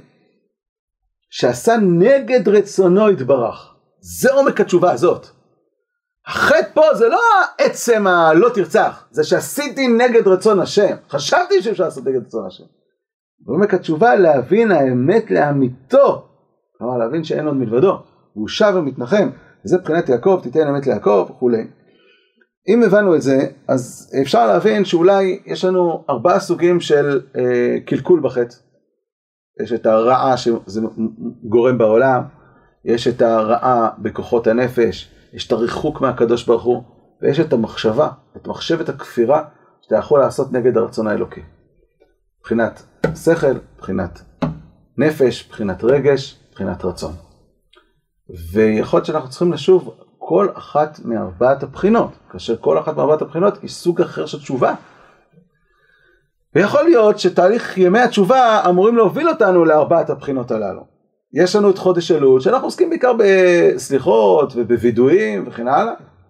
שעשה נגד רצונו יתברך. זה עומק התשובה הזאת. החטא פה זה לא עצם הלא תרצח, זה שעשיתי נגד רצון השם. חשבתי שאפשר לעשות נגד רצון השם. ועומק התשובה להבין האמת לאמיתו. כלומר להבין שאין עוד מלבדו. הוא שב ומתנחם. וזה מבחינת יעקב, תיתן אמת ליעקב וכולי. אם הבנו את זה, אז אפשר להבין שאולי יש לנו 4 סוגים של קלקול בחטא. יש את הרעה שזה גורם בעולם, יש את הרעה בכוחות הנפש, יש את הריחוק מהקדוש ברוך הוא, ויש את המחשבה, את מחשבת הכפירה, שאתה יכול לעשות נגד הרצון האלוקי. מבחינת שכל, מבחינת נפש, מבחינת רגש, מבחינת רצון. ויכול להיות שאנחנו צריכים לשוב כל אחת מ4 הבחינות, כאשר כל אחת מ4 הבחינות היא סוג אחר של תשובה. ויכול להיות שתהליך ימי התשובה אמורים להוביל אותנו ל4 הבחינות הללו. יש לנו את חודש אלול, שאנחנו עוסקים בעיקר בסליחות ובווידויים וכן הלאה,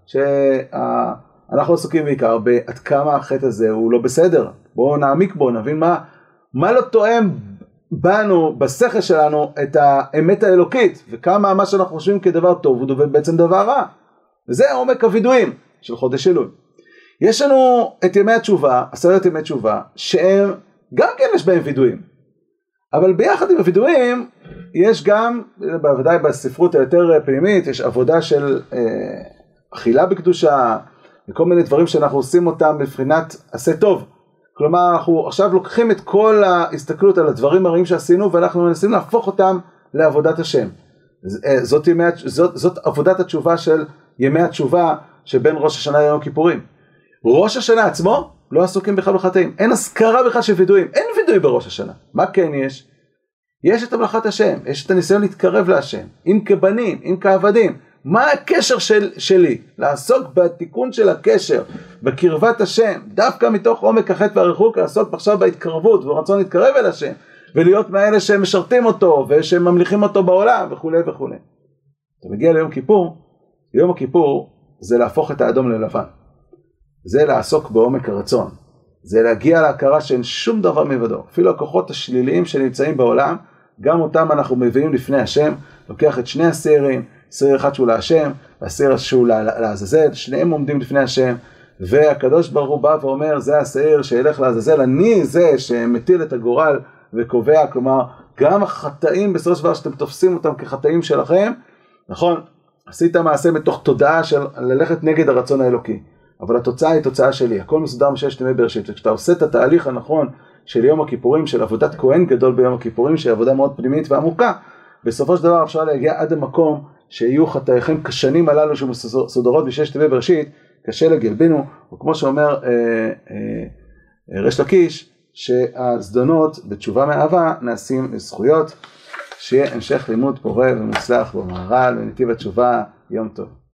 שאנחנו עסוקים בעיקר בעד כמה החטא הזה הוא לא בסדר. בואו נעמיק בו, נבין מה לא תואם בנו, בשכל שלנו, את האמת האלוקית, וכמה מה שאנחנו חושבים כדבר טוב הוא בעצם דבר רע. וזה עומק הווידויים של חודש אלול. יש לנו את ימי התשובה, 10 ימי תשובה, שהם גם כן יש בהם וידויים. אבל ביחד עם הווידויים, יש גם, בוודאי בספרות היותר פנימית, יש עבודה של אכילה בקדושה, וכל מיני דברים שאנחנו עושים אותם בבחינת עשה טוב. כלומר, אנחנו עכשיו לוקחים את כל ההסתכלות על הדברים שעשינו, ואנחנו מנסים להפוך אותם לעבודת השם. זאת עבודת התשובה של ימי התשובה שבין ראש השנה ליום הכיפורים. ראש השנה עצמו לא עסוקים בכלל בחטאים. אין הזכרה בכלל של וידויים. אין וידוי בראש השנה. מה כן יש? יש את המלאכת השם. יש את הניסיון להתקרב להשם. אם כבנים, אם כעבדים. מה הקשר שלי? לעסוק בתיקון של הקשר, בקרבת השם, דווקא מתוך עומק החטא והריחוק, לעסוק עכשיו בהתקרבות ורצון להתקרב אל השם, ולהיות מאלה שמשרתים אותו ושממליכים אותו בעולם וכו' וכו'. אתה מגיע ליום כיפור, יום הכיפור זה להפוך את האדום ללבן. זה לעסוק בעומק הרצון. זה להגיע להכרה שאין שום דבר מבדו. אפילו הכוחות השליליים שנמצאים בעולם, גם אותם אנחנו מביאים לפני השם, לוקח את שני השעירים, שעיר אחד שהוא להשם, והשעיר שהוא לעזאזל, שניהם עומדים לפני השם, והקדוש ברוך הוא בא ואומר, זה השעיר שילך לעזאזל, אני זה שמטיל את הגורל וקובע, כלומר, גם החטאים בסופו של דבר שאתם תופסים אותם כחטאים שלכם, נכון, עשית מעשה מתוך תודעה של ללכת נגד הרצון האלוקי, אבל התוצאה היא תוצאה שלי, הכל מסודר מששת ימי בראשית, וכשאתה עושה את התהליך הנכון של יום הכיפורים, של עבודת כהן גדול ביום הכיפורים, שהיא עבודה מאוד פנימית ועמוקה, בסופו של דבר אפשר להגיע עד המקום שיהיו חטאיכם כשנים הללו שמסודרות בששת ימי בראשית, קשה לגלבנו, וכמו שאומר ריש לקיש, שהזדונות בתשובה מאהבה נעשים לזכויות, שיהיה המשך לימוד פורה ומוצלח במהר"ל ונתיב התשובה, יום טוב.